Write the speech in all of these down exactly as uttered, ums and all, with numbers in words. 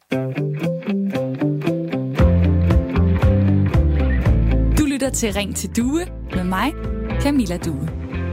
Du lytter til Ring til Due med mig, Camilla Due.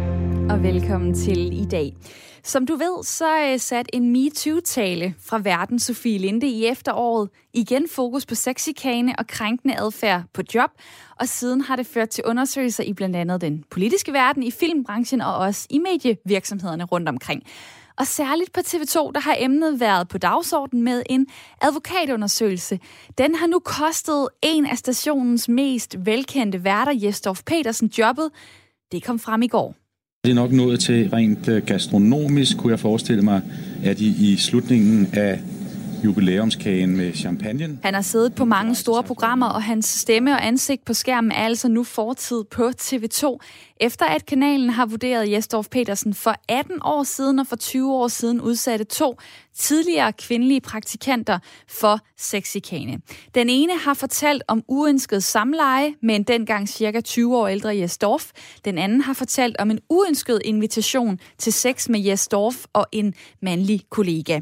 Og velkommen til i dag. Som du ved, så er sat en MeToo-tale fra værten Sofie Linde i efteråret igen fokus på sexchikane og krænkende adfærd på job, og siden har det ført til undersøgelser i blandt andet den politiske verden, i filmbranchen og også i medievirksomhederne rundt omkring. Og særligt på T V to, der har emnet været på dagsordenen med en advokatundersøgelse. Den har nu kostet en af stationens mest velkendte værter, Jes Dorph Petersen, jobbet. Det kom frem i går. Det er nok nået til rent gastronomisk, kunne jeg forestille mig, at I i slutningen af jubilæumskagen med champagne. Han har siddet på mange store programmer, og hans stemme og ansigt på skærmen er altså nu fortid på T V to, efter at kanalen har vurderet Jes Dorph Petersen for atten år siden og for tyve år siden udsatte to tidligere kvindelige praktikanter for sexchikane. Den ene har fortalt om uønsket samleje med en dengang cirka tyve år ældre Jes Dorph. Den anden har fortalt om en uønsket invitation til sex med Jes Dorph og en mandlig kollega.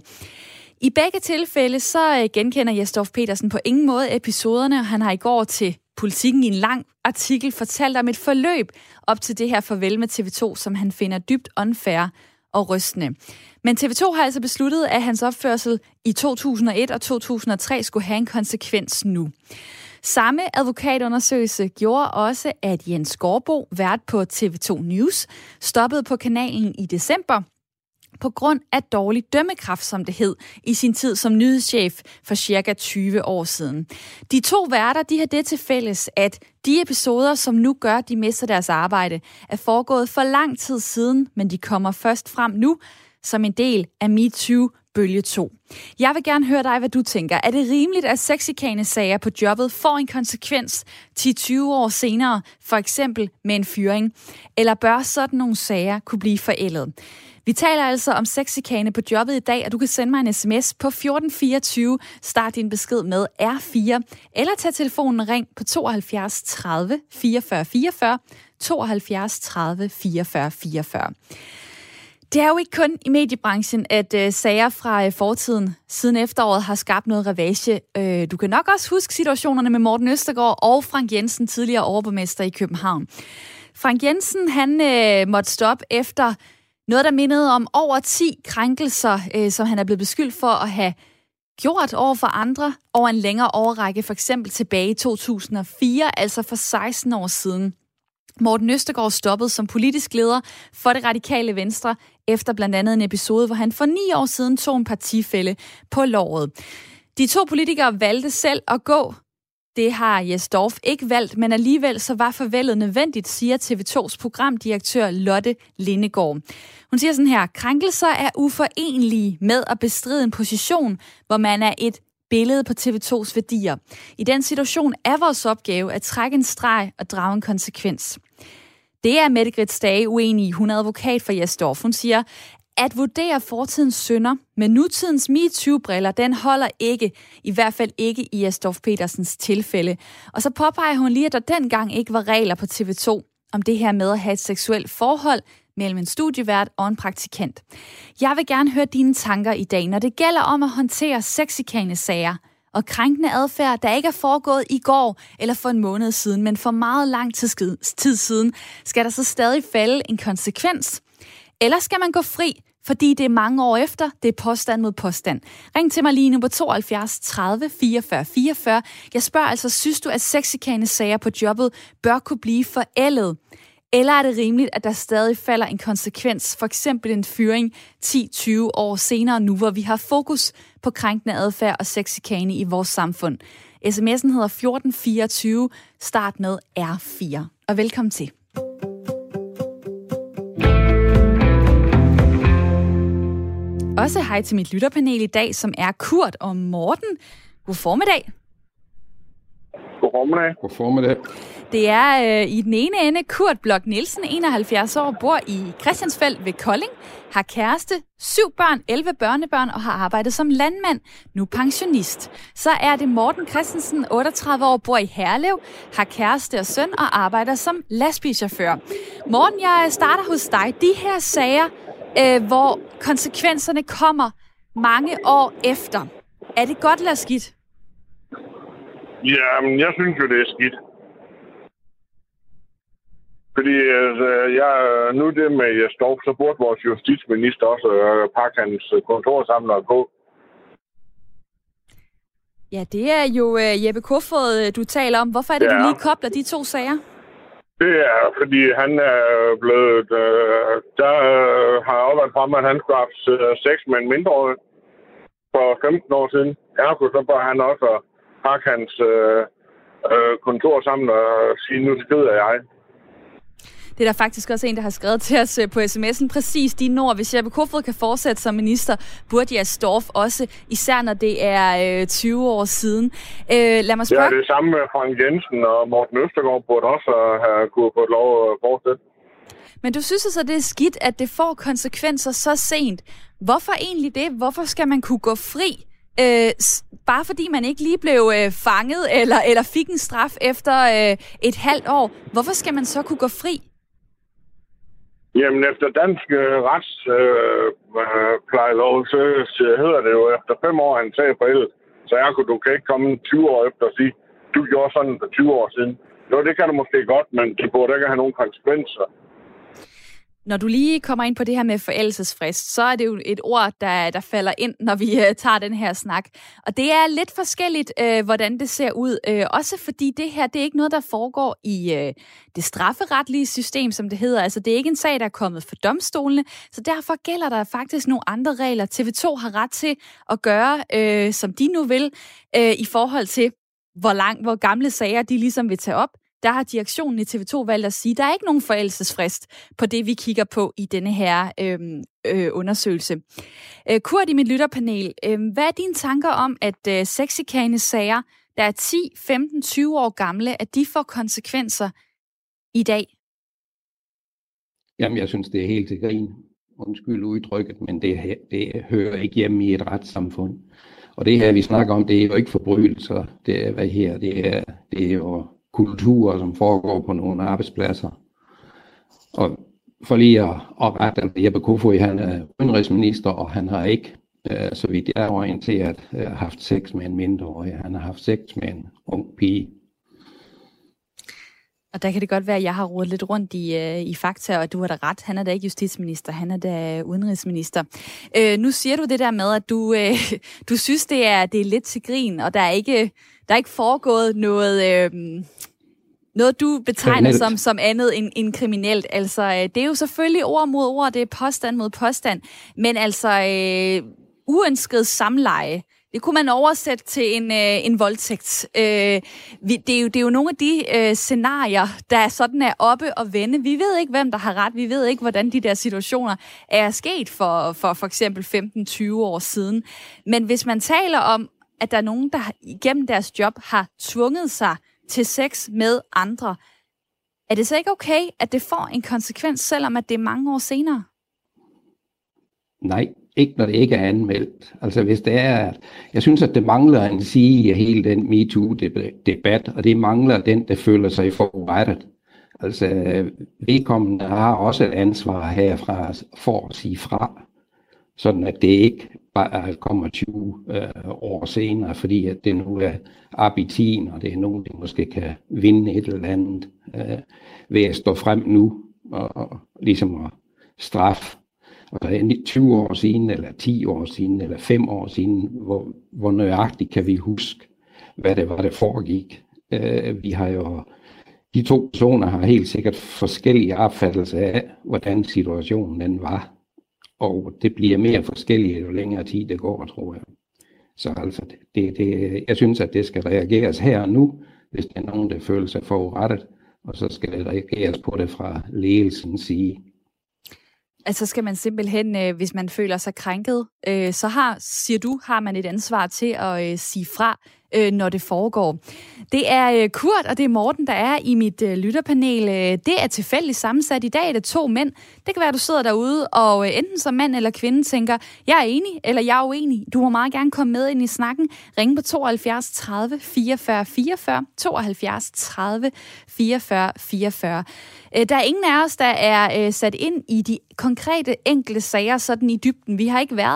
I begge tilfælde så genkender Jes Dorph Petersen på ingen måde episoderne, og han har i går til Politikken i en lang artikel fortalt om et forløb op til det her farvel med T V to, som han finder dybt unfair og rystende. Men T V to har altså besluttet, at hans opførsel i to tusind og et og to tusind og tre skulle have en konsekvens nu. Samme advokatundersøgelse gjorde også, at Jens Skorbo, vært på T V to News, stoppede på kanalen i december, på grund af dårlig dømmekraft, som det hed, i sin tid som nyhedschef for cirka tyve år siden. De to værter, de har det til fælles, at de episoder, som nu gør, at de mister deres arbejde, er foregået for lang tid siden, men de kommer først frem nu som en del af MeToo bølge to. Jeg vil gerne høre dig, hvad du tænker. Er det rimeligt, at sexchikane-sager på jobbet får en konsekvens ti til tyve år senere, for eksempel med en fyring? Eller bør sådan nogle sager kunne blive forældet? Vi taler altså om sexchikane på jobbet i dag, og du kan sende mig en sms på fjorten fireogtyve. Start din besked med R fire, eller tag telefonen og ring på tooghalvfjerds tredive fireogfyrre fireogfyrre, tooghalvfjerds tredive fireogfyrre fireogfyrre. Det er jo ikke kun i mediebranchen, at øh, sager fra øh, fortiden siden efteråret har skabt noget ravage. Øh, du kan nok også huske situationerne med Morten Østergaard og Frank Jensen, tidligere overborgmester i København. Frank Jensen, han øh, måtte stoppe efter noget, der mindede om over ti krænkelser, øh, som han er blevet beskyldt for at have gjort over for andre over en længere årrække, for eksempel tilbage i to tusind og fire, altså for seksten år siden. Morten Østergaard stoppede som politisk leder for Det Radikale Venstre, efter blandt andet en episode, hvor han for ni år siden tog en partifælle på låret. De to politikere valgte selv at gå. Det har Jes Dorph ikke valgt, men alligevel så var farvelet nødvendigt, siger T V tos programdirektør Lotte Lindegaard. Hun siger sådan her: krænkelser er uforenlige med at bestride en position, hvor man er et billede på T V tos værdier. I den situation er vores opgave at trække en streg og drage en konsekvens. Det er Mette Grits Dage uenig i. Hun er advokat for Jes Dorph. Hun siger, at vurdere fortidens synder med nutidens MeToo-briller, den holder ikke, i hvert fald ikke i Jes Dorph Petersens tilfælde. Og så påpeger hun lige, at der dengang ikke var regler på T V to om det her med at have et seksuelt forhold mellem en studievært og en praktikant. Jeg vil gerne høre dine tanker i dag, når det gælder om at håndtere sexchikane-sager og krænkende adfærd, der ikke er foregået i går eller for en måned siden, men for meget lang tid siden. Skal der så stadig falde en konsekvens? Eller skal man gå fri, fordi det er mange år efter, det er påstand mod påstand? Ring til mig lige nu på tooghalvfjerds tredive fireogfyrre fireogfyrre. Jeg spørger altså, synes du, at sexchikane-sager på jobbet bør kunne blive forældet? Eller er det rimeligt, at der stadig falder en konsekvens, for eksempel en fyring ti til tyve år senere nu, hvor vi har fokus på krænkende adfærd og sexchikane i vores samfund? sms'en hedder fjorten fireogtyve, start med R fire. Og velkommen til. Også hej til mit lytterpanel i dag, som er Kurt og Morten. God formiddag. God formiddag. God formiddag. Det er øh, i den ene ende Kurt Blok Nielsen, enoghalvfjerds år, bor i Christiansfeld ved Kolding, har kæreste, syv børn, elleve børnebørn og har arbejdet som landmand, nu pensionist. Så er det Morten Christensen, otteogtredive år, bor i Herlev, har kæreste og søn og arbejder som lastbilchauffør. Morten, jeg starter hos dig. De her sager, øh, hvor konsekvenserne kommer mange år efter. Er det godt eller skidt? Jamen, jeg synes jo, det er skidt. Fordi altså, jeg, nu det med Jesdorf, så burde vores justitsminister også øh, pakke hans kontorsamlere på. Ja, det er jo uh, Jeppe Kofod, du taler om. Hvorfor er det, ja. du lige kobler de to sager? Det er, fordi han er blevet... Øh, der øh, har jeg også været fremme, at han skulle have haft øh, sex med en mindreårig for femten år siden. Ergo, så bør han også pakke hans øh, øh, kontor sammen og sige, nu skrider jeg. Det er der faktisk også en, der har skrevet til os på sms'en. Præcis de ord. Hvis Jeppe Kofod kan fortsætte som minister, burde Jesdorf også, især når det er øh, tyve år siden. Øh, lad mig spørge... Ja, det samme med Frank Jensen og Morten Østergaard burde også have kunne få lov at fortsætte. Men du synes altså, det er skidt, at det får konsekvenser så sent. Hvorfor egentlig det? Hvorfor skal man kunne gå fri? Øh, bare fordi man ikke lige blev øh, fanget eller, eller fik en straf efter øh, et halvt år. Hvorfor skal man så kunne gå fri? Jamen, efter dansk øh, retsplejelov, øh, så, så hedder det jo, efter fem år han sag forældet. Så jeg kunne, du kan ikke komme tyve år efter og sige, du gjorde sådan for tyve år siden. Jo, det kan du måske godt, men det burde ikke have nogen konsekvenser. Når du lige kommer ind på det her med forældelsesfrist, så er det jo et ord, der, der falder ind, når vi uh, tager den her snak. Og det er lidt forskelligt, uh, hvordan det ser ud. Uh, også fordi det her, det er ikke noget, der foregår i uh, det strafferetlige system, som det hedder. Altså, det er ikke en sag, der er kommet for domstolene. Så derfor gælder der faktisk nogle andre regler. T V to har ret til at gøre, uh, som de nu vil, uh, i forhold til, hvor, lang, hvor gamle sager de ligesom vil tage op. Der har direktionen i T V to valgt at sige, at der er ikke nogen forældelsesfrist på det, vi kigger på i denne her øh, øh, undersøgelse. Øh, Kurt i mit lytterpanel, øh, hvad er dine tanker om, at øh, sexchikane-sager, der er ti, femten, tyve år gamle, at de får konsekvenser i dag? Jamen, jeg synes, det er helt til grin. Undskyld udtrykket, men det, det hører ikke hjemme i et retssamfund. Og det her, vi snakker om, det er jo ikke forbrydelser. Det er, hvad her, det er, det er jo kulturer, som foregår på nogle arbejdspladser. Og for lige at, at rette, at Jeppe Kofod, han er udenrigsminister, og han har ikke, øh, så vidt jeg er orienteret, øh, haft sex med en mindreårig. Han har haft sex med en ung pige. Og der kan det godt være, at jeg har rodet lidt rundt i, øh, i fakta, og du har da ret. Han er da ikke justitsminister, han er da udenrigsminister. Øh, nu siger du det der med, at du, øh, du synes, det er, det er lidt til grin, og der er ikke, der er ikke foregået noget, øh, noget du betegner som, som andet end, end kriminelt. Altså, øh, det er jo selvfølgelig ord mod ord, det er påstand mod påstand, men altså øh, uønsket samleje, det kunne man oversætte til en, øh, en voldtægt. Øh, vi, det, er jo, det er jo nogle af de øh, scenarier, der sådan er oppe og vende. Vi ved ikke, hvem der har ret. Vi ved ikke, hvordan de der situationer er sket for for, for eksempel femten til tyve år siden. Men hvis man taler om, at der er nogen, der igennem deres job har tvunget sig til sex med andre, er det så ikke okay, at det får en konsekvens, selvom at det er mange år senere? Nej. Ikke når det ikke er anmeldt. Altså hvis det er, jeg synes, at det mangler en sige i hele den MeToo-debat, og det mangler den, der føler sig forurettet. Altså vedkommende har også et ansvar herfra for at sige fra, sådan at det ikke bare kommer tyve øh, år senere, fordi at det nu er op i tiden, og det er nogen, der måske kan vinde et eller andet øh, ved at stå frem nu og, og ligesom at straffe. Og så er tyve år siden, eller ti år siden, eller fem år siden, hvor, hvor nøjagtigt kan vi huske, hvad det var, der foregik. Uh, vi har jo, de to personer har helt sikkert forskellige opfattelser af, hvordan situationen den var. Og det bliver mere forskelligt, jo længere tid det går, tror jeg. Så altså, det, det, jeg synes, at det skal reageres her og nu, hvis der er nogen, der føler sig forurettet, og så skal det reageres på det fra ledelsens side. Altså skal man simpelthen, øh, hvis man føler sig krænket, øh, så har, siger du, har man et ansvar til at øh, sige fra, øh, når det foregår. Det er øh, Kurt, og det er Morten, der er i mit øh, lytterpanel. Øh, det er tilfældigt sammensat. I dag er det to mænd. Det kan være, at du sidder derude, og øh, enten som mand eller kvinde tænker, jeg er enig, eller jeg er uenig. Du må meget gerne komme med ind i snakken. Ring på tooghalvfjerds tredive fireogfyrre fireogfyrre, tooghalvfjerds tredive fireogfyrre fireogfyrre. Øh, der er ingen af os, der er øh, sat ind i de konkrete enkelte sager sådan i dybden. Vi har ikke været der.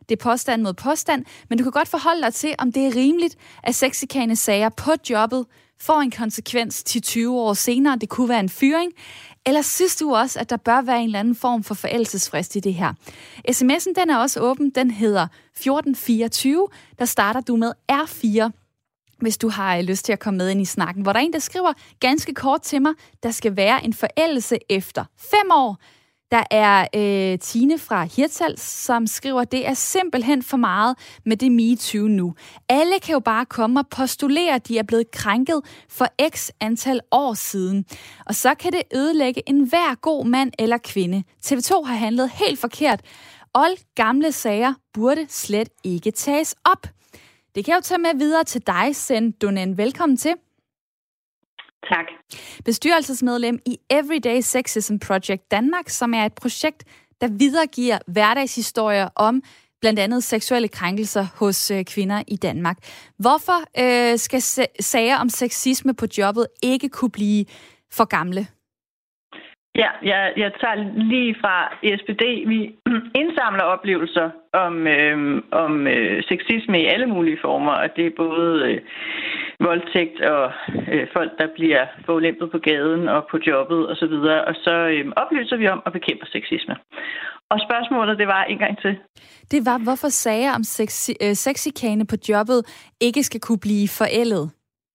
Det er påstand mod påstand, men du kan godt forholde dig til, om det er rimeligt, at sexchikane sager på jobbet får en konsekvens til tyve år senere. Det kunne være en fyring. Eller synes du også, at der bør være en eller anden form for forældelsesfrist i det her? sms'en den er også åben. Den hedder fjorten fireogtyve. Der starter du med R fire, hvis du har lyst til at komme med ind i snakken. Hvor der er en, der skriver ganske kort til mig, der skal være en forældelse efter fem år. Der er øh, Tine fra Hirtshals, som skriver, det er simpelthen for meget med det MeToo nu. Alle kan jo bare komme og postulere, at de er blevet krænket for x antal år siden. Og så kan det ødelægge enhver god mand eller kvinde. T V to har handlet helt forkert. Old gamle sager burde slet ikke tages op. Det kan jeg jo tage med videre til dig, Sendonen. Velkommen til. Tak. Bestyrelsesmedlem i Everyday Sexism Project Danmark, som er et projekt, der videregiver hverdagshistorier om blandt andet seksuelle krænkelser hos øh, kvinder i Danmark. Hvorfor øh, skal sager om sexisme på jobbet ikke kunne blive for gamle? Ja, jeg, jeg tager lige fra E S P D. Vi indsamler oplevelser om, øh, om øh, sexisme i alle mulige former, og det er både øh, voldtægt og øh, folk, der bliver forulempet på gaden og på jobbet osv., og, og så øh, oplyser vi om at bekæmpe sexisme. Og spørgsmålet, det var en gang til. Det var, hvorfor sager om sex, øh, sexchikane på jobbet ikke skal kunne blive forældet?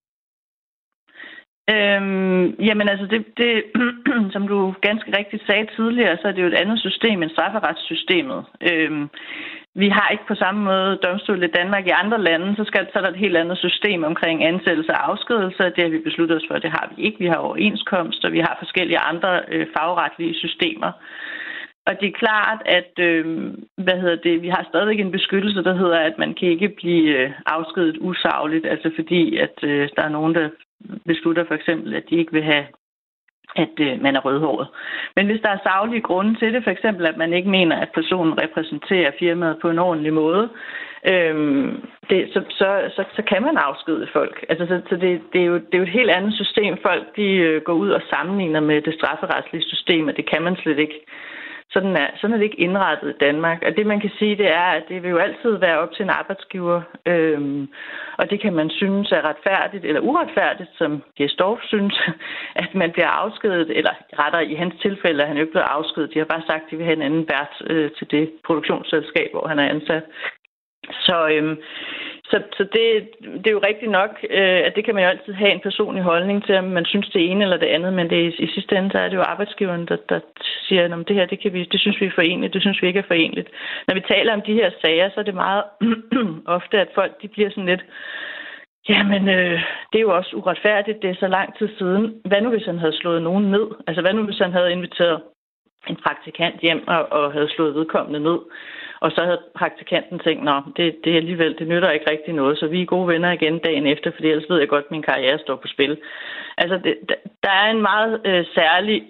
Øhm, jamen altså, det, det som du ganske rigtigt sagde tidligere, så er det jo et andet system end strafferetssystemet. Øhm, vi har ikke på samme måde domstol i Danmark. I andre lande, så, skal, så er der et helt andet system omkring ansættelse og afskedelse. Det har vi besluttet os for, det har vi ikke. Vi har overenskomst, og vi har forskellige andre øh, fagretlige systemer. Og det er klart, at øh, hvad hedder det, vi har stadigvæk en beskyttelse, der hedder, at man kan ikke blive øh, afskedet usagligt, altså fordi, at øh, der er nogen, der beslutter for eksempel, at de ikke vil have, at øh, man er rødhåret. Men hvis der er saglige grunde til det, for eksempel at man ikke mener, at personen repræsenterer firmaet på en ordentlig måde, øh, det, så, så, så, så kan man afskede folk. Altså, så, så det, det, er jo, det er jo et helt andet system. Folk de øh, går ud og sammenligner med det strafferetslige system, og det kan man slet ikke. Sådan er, sådan er det ikke indrettet i Danmark. Og det, man kan sige, det er, at det vil jo altid være op til en arbejdsgiver. Øhm, og det kan man synes er retfærdigt eller uretfærdigt, som Jesdorf synes, at man bliver afskedet. Eller rettere i hans tilfælde, at han jo ikke bliver afskedet. De har bare sagt, at de vil have en anden vært øh, til det produktionsselskab, hvor han er ansat. Så, øhm, så, så det, det er jo rigtigt nok, øh, at det kan man jo altid have en personlig holdning til, om man synes det ene eller det andet, men det, i, i sidste ende så er det jo arbejdsgiveren, der, der siger, at det her det, kan vi, det synes vi er forenligt, det synes vi ikke er forenligt. Når vi taler om de her sager, så er det meget ofte, at folk de bliver sådan lidt, jamen øh, det er jo også uretfærdigt, det er så lang tid siden. Hvad nu hvis han havde slået nogen ned? Altså hvad nu hvis han havde inviteret en praktikant hjem og, og havde slået vedkommende ned? Og så havde praktikanten tænkt, nå, det, det alligevel, det nytter ikke rigtig noget, så vi er gode venner igen dagen efter, for ellers ved jeg godt, at min karriere står på spil. Altså, det, der er en meget øh, særlig,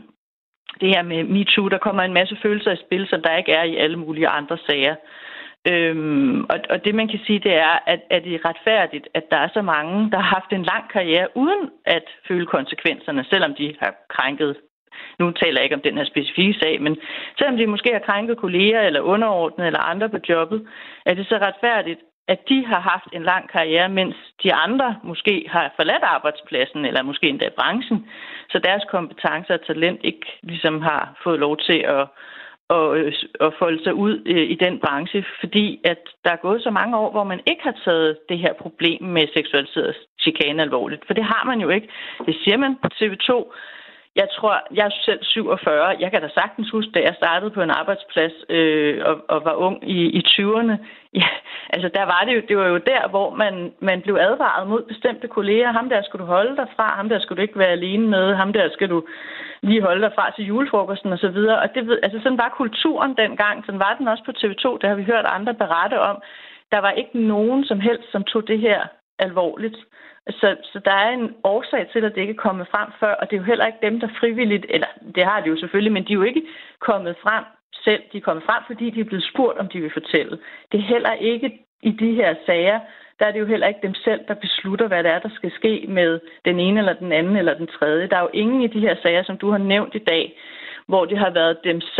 det her med MeToo, der kommer en masse følelser i spil, som der ikke er i alle mulige andre sager. Øhm, og, og det man kan sige, det er, at, at det er retfærdigt, at der er så mange, der har haft en lang karriere, uden at føle konsekvenserne, selvom de har krænket. Nu taler jeg ikke om den her specifikke sag, men selvom de måske har krænket kolleger eller underordnede eller andre på jobbet, er det så retfærdigt, at de har haft en lang karriere, mens de andre måske har forladt arbejdspladsen eller måske endda branchen, så deres kompetencer og talent ikke ligesom har fået lov til at, at, at folde sig ud i den branche, fordi at der er gået så mange år, hvor man ikke har taget det her problem med seksualiseret chikane alvorligt. For det har man jo ikke. Det siger man på T V to. Jeg tror, jeg er selv syvogfyrre. Jeg kan da sagtens huske, da jeg startede på en arbejdsplads øh, og, og var ung i, i tyverne. Ja, altså der var det jo, det var jo der, hvor man, man blev advaret mod bestemte kolleger. Ham der skal du holde dig fra, ham der skal du ikke være alene med, ham der skal du lige holde dig fra til julefrokosten og så videre. Og det, altså sådan var kulturen dengang, sådan var den også på T V to, det har vi hørt andre berette om. Der var ikke nogen som helst, som tog det her alvorligt. Så, så der er en årsag til, at det ikke er kommet frem før, og det er jo heller ikke dem, der frivilligt, eller det har de jo selvfølgelig, men de er jo ikke kommet frem selv. De er kommet frem, fordi de er blevet spurgt, om de vil fortælle. Det er heller ikke i de her sager, der er det jo heller ikke dem selv, der beslutter, hvad det er, der skal ske med den ene eller den anden eller den tredje. Der er jo ingen i de her sager, som du har nævnt i dag, hvor det har været dem selv,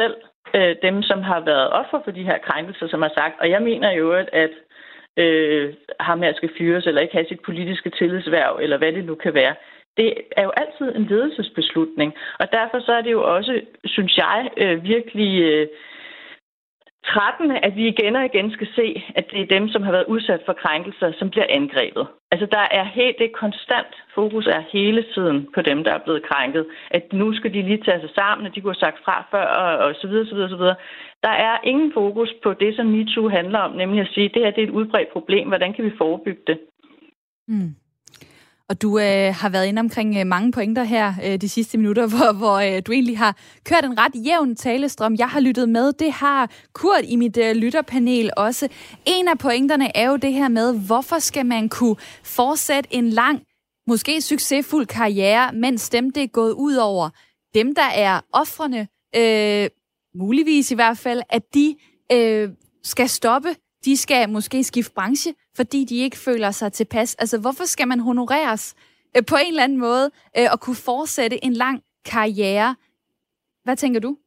øh, dem, som har været offer for de her krænkelser, som har sagt, og jeg mener jo, at, at øh, ham her skal fyres, eller ikke have sit politiske tillidshverv, eller hvad det nu kan være. Det er jo altid en ledelsesbeslutning, og derfor så er det jo også, synes jeg, øh, virkelig øh, trættende, at vi igen og igen skal se, at det er dem, som har været udsat for krænkelser, som bliver angrebet. Altså der er helt det konstant fokus er hele tiden på dem, der er blevet krænket. At nu skal de lige tage sig sammen, at de kunne have sagt fra før, og, og så videre, så videre, så videre. Der er ingen fokus på det, som MeToo handler om, nemlig at sige, at det her det er et udbredt problem. Hvordan kan vi forebygge det? Mm. Og du øh, har været inde omkring øh, mange pointer her øh, de sidste minutter, hvor, hvor øh, du egentlig har kørt en ret jævn talestrøm. Jeg har lyttet med. Det har Kurt i mit øh, lytterpanel også. En af pointerne er jo det her med, hvorfor skal man kunne fortsætte en lang, måske succesfuld karriere, mens dem, det er gået ud over, dem, der er ofrene, øh, muligvis i hvert fald, at de øh, skal stoppe. De skal måske skifte branche, fordi de ikke føler sig tilpas. Altså, hvorfor skal man honoreres øh, på en eller anden måde øh, og kunne fortsætte en lang karriere? Hvad tænker du?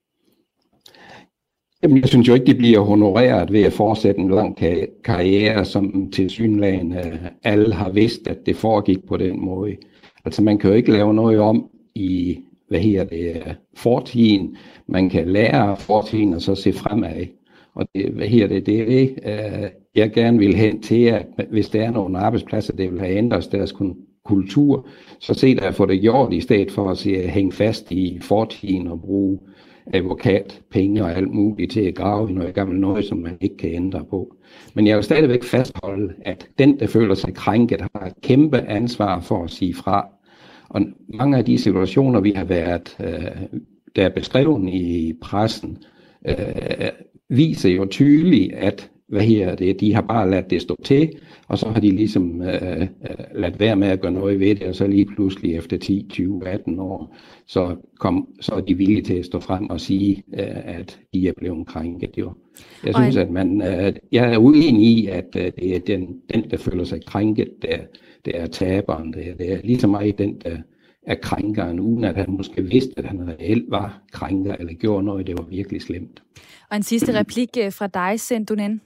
Jamen, jeg synes jo ikke, de bliver honoreret ved at fortsætte en lang karriere, som tilsyneladende alle har vidst, at det foregik på den måde. Altså, man kan jo ikke lave noget om i, hvad her det, fortiden. Man kan lære fortiden og så se fremad. Og det, hvad her det, det er det, øh, jeg gerne vil hen til, at hvis der er nogle arbejdspladser, der vil have ændret deres kultur, så se der at få det gjort, i stedet for at, se, at hænge fast i fortiden og bruge advokat, penge og alt muligt til at grave i noget gammelt noget, som man ikke kan ændre på. Men jeg vil stadigvæk fastholde, at den, der føler sig krænket, har et kæmpe ansvar for at sige fra. Og mange af de situationer, vi har været, øh, der er beskrevet i pressen, øh, viser jo tydeligt, at hvad her det, de har bare ladt det stå til, og så har de ligesom øh, ladt være med at gøre noget ved det, og så lige pludselig efter ti, tyve, atten år, så, kom, så er de villige til at stå frem og sige, øh, at de er blevet krænket. Jo. Jeg synes, at man, øh, jeg er uenig i, at øh, det er den, den, der føler sig krænket, der, der er taberen. Det er, det er lige så meget den, der er krænkeren, uden at han måske vidste, at han reelt var krænker, eller gjorde noget, det var virkelig slemt. Og en sidste replik fra dig, Sendunen.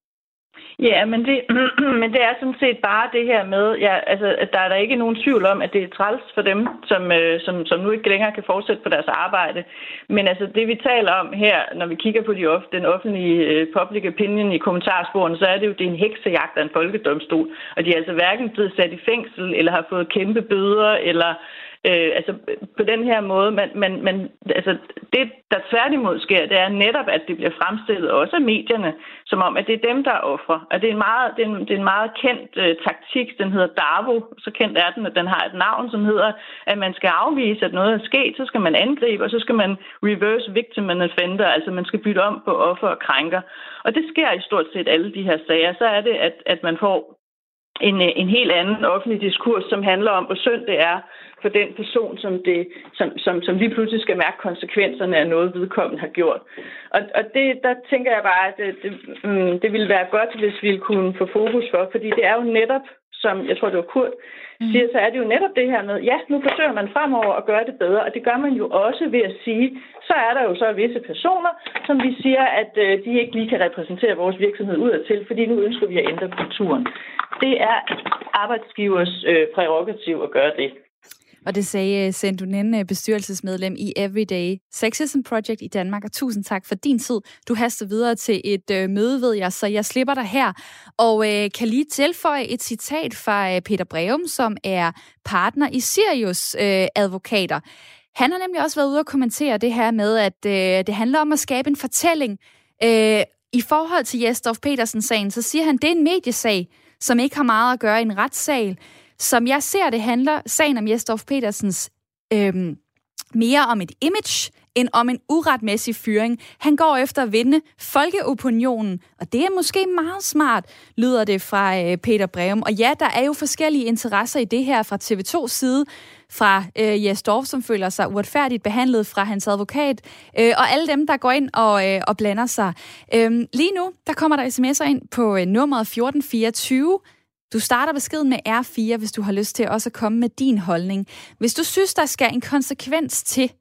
Ja, men det, men det er sådan set bare det her med, ja, altså, at der er der ikke nogen tvivl om, at det er træls for dem, som, øh, som, som nu ikke længere kan fortsætte på deres arbejde. Men altså det, vi taler om her, når vi kigger på de of, den offentlige øh, public opinion i kommentarsporene, så er det jo det er en heksejagt af en folkedomstol. Og de er altså hverken blevet sat i fængsel, eller har fået kæmpe bøder, eller Øh, altså på den her måde, men, men, men altså, det, der tværtimod sker, det er netop, at det bliver fremstillet også af medierne, som om, at det er dem, der er ofre. Og det er en meget, det er en, det er en meget kendt øh, taktik, den hedder DARVO, så kendt er den, at den har et navn, som hedder, at man skal afvise, at noget er sket, så skal man angribe, og så skal man reverse victim and offender, altså man skal bytte om på offer og krænker. Og det sker i stort set alle de her sager. Så er det, at, at man får en, en helt anden offentlig diskurs, som handler om, hvor synd det er for den person, som, det, som, som, som lige pludselig skal mærke konsekvenserne af noget, vedkommende har gjort. Og, og det, der tænker jeg bare, at det, det, det ville være godt, hvis vi kunne få fokus for, fordi det er jo netop, som jeg tror, det var Kurt siger, så er det jo netop det her med, ja, nu forsøger man fremover at gøre det bedre, og det gør man jo også ved at sige, så er der jo så visse personer, som vi siger, at øh, de ikke lige kan repræsentere vores virksomhed udadtil, fordi nu ønsker vi at ændre kulturen. Det er arbejdsgivers øh, prærogativ at gøre det. Og det sagde Sendunen, bestyrelsesmedlem i Everyday Sexism Project i Danmark. Og tusind tak for din tid. Du haster videre til et øh, møde, ved jeg, så jeg slipper dig her. Og øh, kan lige tilføje et citat fra øh, Peter Breum, som er partner i Sirius øh, advokater. Han har nemlig også været ude og kommentere det her med, at øh, det handler om at skabe en fortælling. Øh, I forhold til Jesdorf Petersen-sagen, så siger han, at det er en mediesag, som ikke har meget at gøre i en retssal. Som jeg ser det, handler sagen om Jesdorf Petersens øhm, mere om et image, end om en uretmæssig fyring. Han går efter at vinde folkeopinionen, og det er måske meget smart, lyder det fra øh, Peter Breum. Og ja, der er jo forskellige interesser i det her fra T V to's side, fra øh, Jesdorf, som føler sig uretfærdigt behandlet, fra hans advokat, øh, og alle dem, der går ind og, øh, og blander sig. Øh, lige nu, der kommer der sms'er ind på øh, nummeret fjorten fireogtyve. Du starter beskeden med R fire, hvis du har lyst til også at komme med din holdning. Hvis du synes, der skal en konsekvens til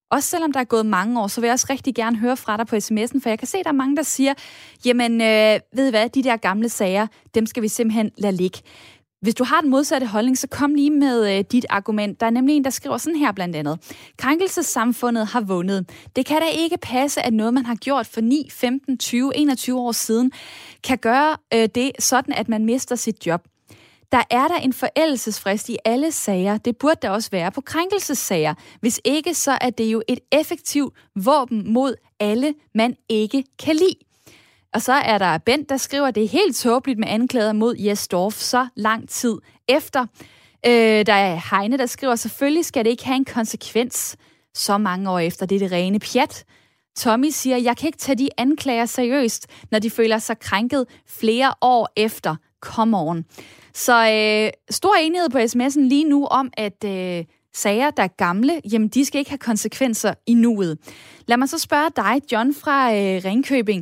Også selvom der er gået mange år, så vil jeg også rigtig gerne høre fra dig på sms'en, for jeg kan se, at der er mange, der siger, jamen, øh, ved I hvad, de der gamle sager, dem skal vi simpelthen lade ligge. Hvis du har den modsatte holdning, så kom lige med øh, dit argument. Der er nemlig en, der skriver sådan her blandt andet. Krænkelsessamfundet har vundet. Det kan da ikke passe, at noget, man har gjort for ni, femten, tyve, enogtyve år siden, kan gøre øh, det sådan, at man mister sit job. Der er der en forældelsesfrist i alle sager. Det burde der også være på krænkelsessager. Hvis ikke, så er det jo et effektivt våben mod alle, man ikke kan lide. Og så er der Bent, der skriver, at det er helt tåbeligt med anklager mod Jes Dorph så lang tid efter. Øh, der er Heine, der skriver, selvfølgelig skal det ikke have en konsekvens så mange år efter. Det er det rene pjat. Tommy siger, jeg kan ikke tage de anklager seriøst, når de føler sig krænket flere år efter. Come on. Så øh, stor enighed på sms'en lige nu om, at øh, sager, der er gamle, jamen de skal ikke have konsekvenser i nuet. Lad mig så spørge dig, John fra øh, Ringkøbing.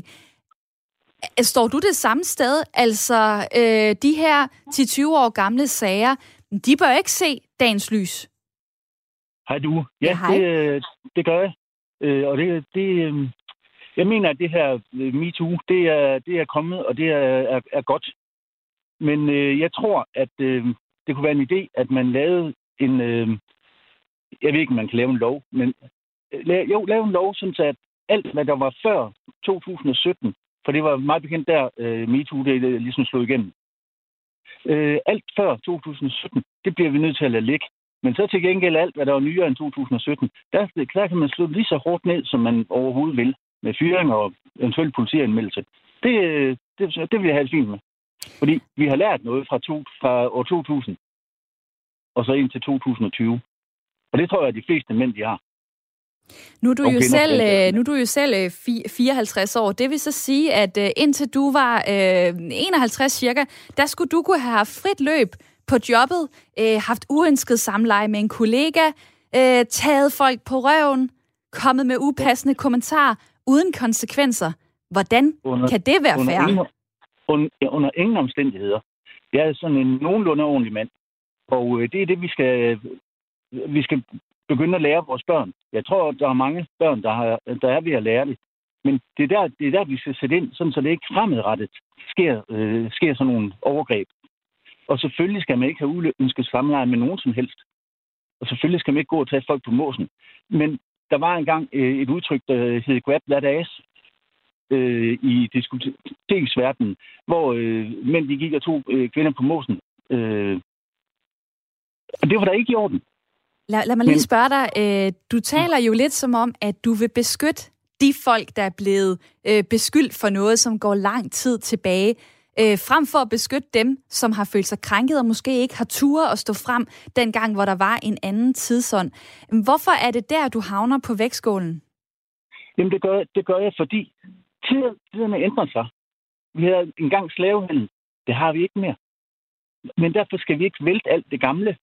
Står du det samme sted? Altså, øh, de her ti til tyve år gamle sager, de bør ikke se dagens lys. Hej du. Ja, ja hej. Det, det gør jeg. Øh, og det, det, jeg mener, at det her MeToo, det er, det er kommet, og det er, er, er godt. Men øh, jeg tror, at øh, det kunne være en idé, at man lavede en... Øh, jeg ved ikke, om man kan lave en lov, men la- jo, lave en lov, sådan at alt, hvad der var før to tusind og sytten, for det var meget bekendt der, øh, MeToo, det, det ligesom slog igennem. Øh, alt før to tusind og sytten, det bliver vi nødt til at lade ligge. Men så til gengæld alt, hvad der var nyere end to tusind og sytten, der, der kan man slå lige så hårdt ned, som man overhovedet vil, med fyring og eventuelt politianmeldelse. Det, det, det vil jeg have det fint med. Fordi vi har lært noget fra, to, fra år to tusind, og så ind til to tusind og tyve. Og det tror jeg, at de fleste mænd, de har. Nu er du, jo selv, nu er du jo selv fireoghalvtreds år. Det vil så sige, at indtil du var øh, enoghalvtreds cirka, der skulle du kunne have haft frit løb på jobbet, øh, haft uønsket samleje med en kollega, øh, taget folk på røven, kommet med upassende kommentarer uden konsekvenser. Hvordan under, kan det være fair? Ingen, under, under ingen omstændigheder. Jeg er sådan en nogenlunde ordentlig mand. Og øh, det er det, vi skal, vi skal begynde at lære vores børn. Jeg tror, der er mange børn, der, har, der er ved at lære det. Men det er, der, det er der, vi skal sætte ind, sådan, så det ikke fremadrettet sker, øh, sker sådan nogle overgreb. Og selvfølgelig skal man ikke have uønsket samleje med nogen som helst. Og selvfølgelig skal man ikke gå og tage folk på måsen. Men der var engang øh, et udtryk, der hed grab that ass øh, i diskoteksverdenen, hvor øh, mænd de gik og tog øh, kvinder på måsen. Øh, og det var der ikke i orden. Lad, lad mig lige spørge dig. Øh, du taler jo lidt som om, at du vil beskytte de folk, der er blevet øh, beskyldt for noget, som går lang tid tilbage, øh, frem for at beskytte dem, som har følt sig krænket og måske ikke har turet at stå frem dengang, hvor der var en anden tidsånd. Hvorfor er det der, du havner på vægtskålen? Jamen, det gør, det gør jeg, fordi tiderne ændrer sig. Vi havde engang slavehandel. Det har vi ikke mere. Men derfor skal vi ikke vælte alt det gamle.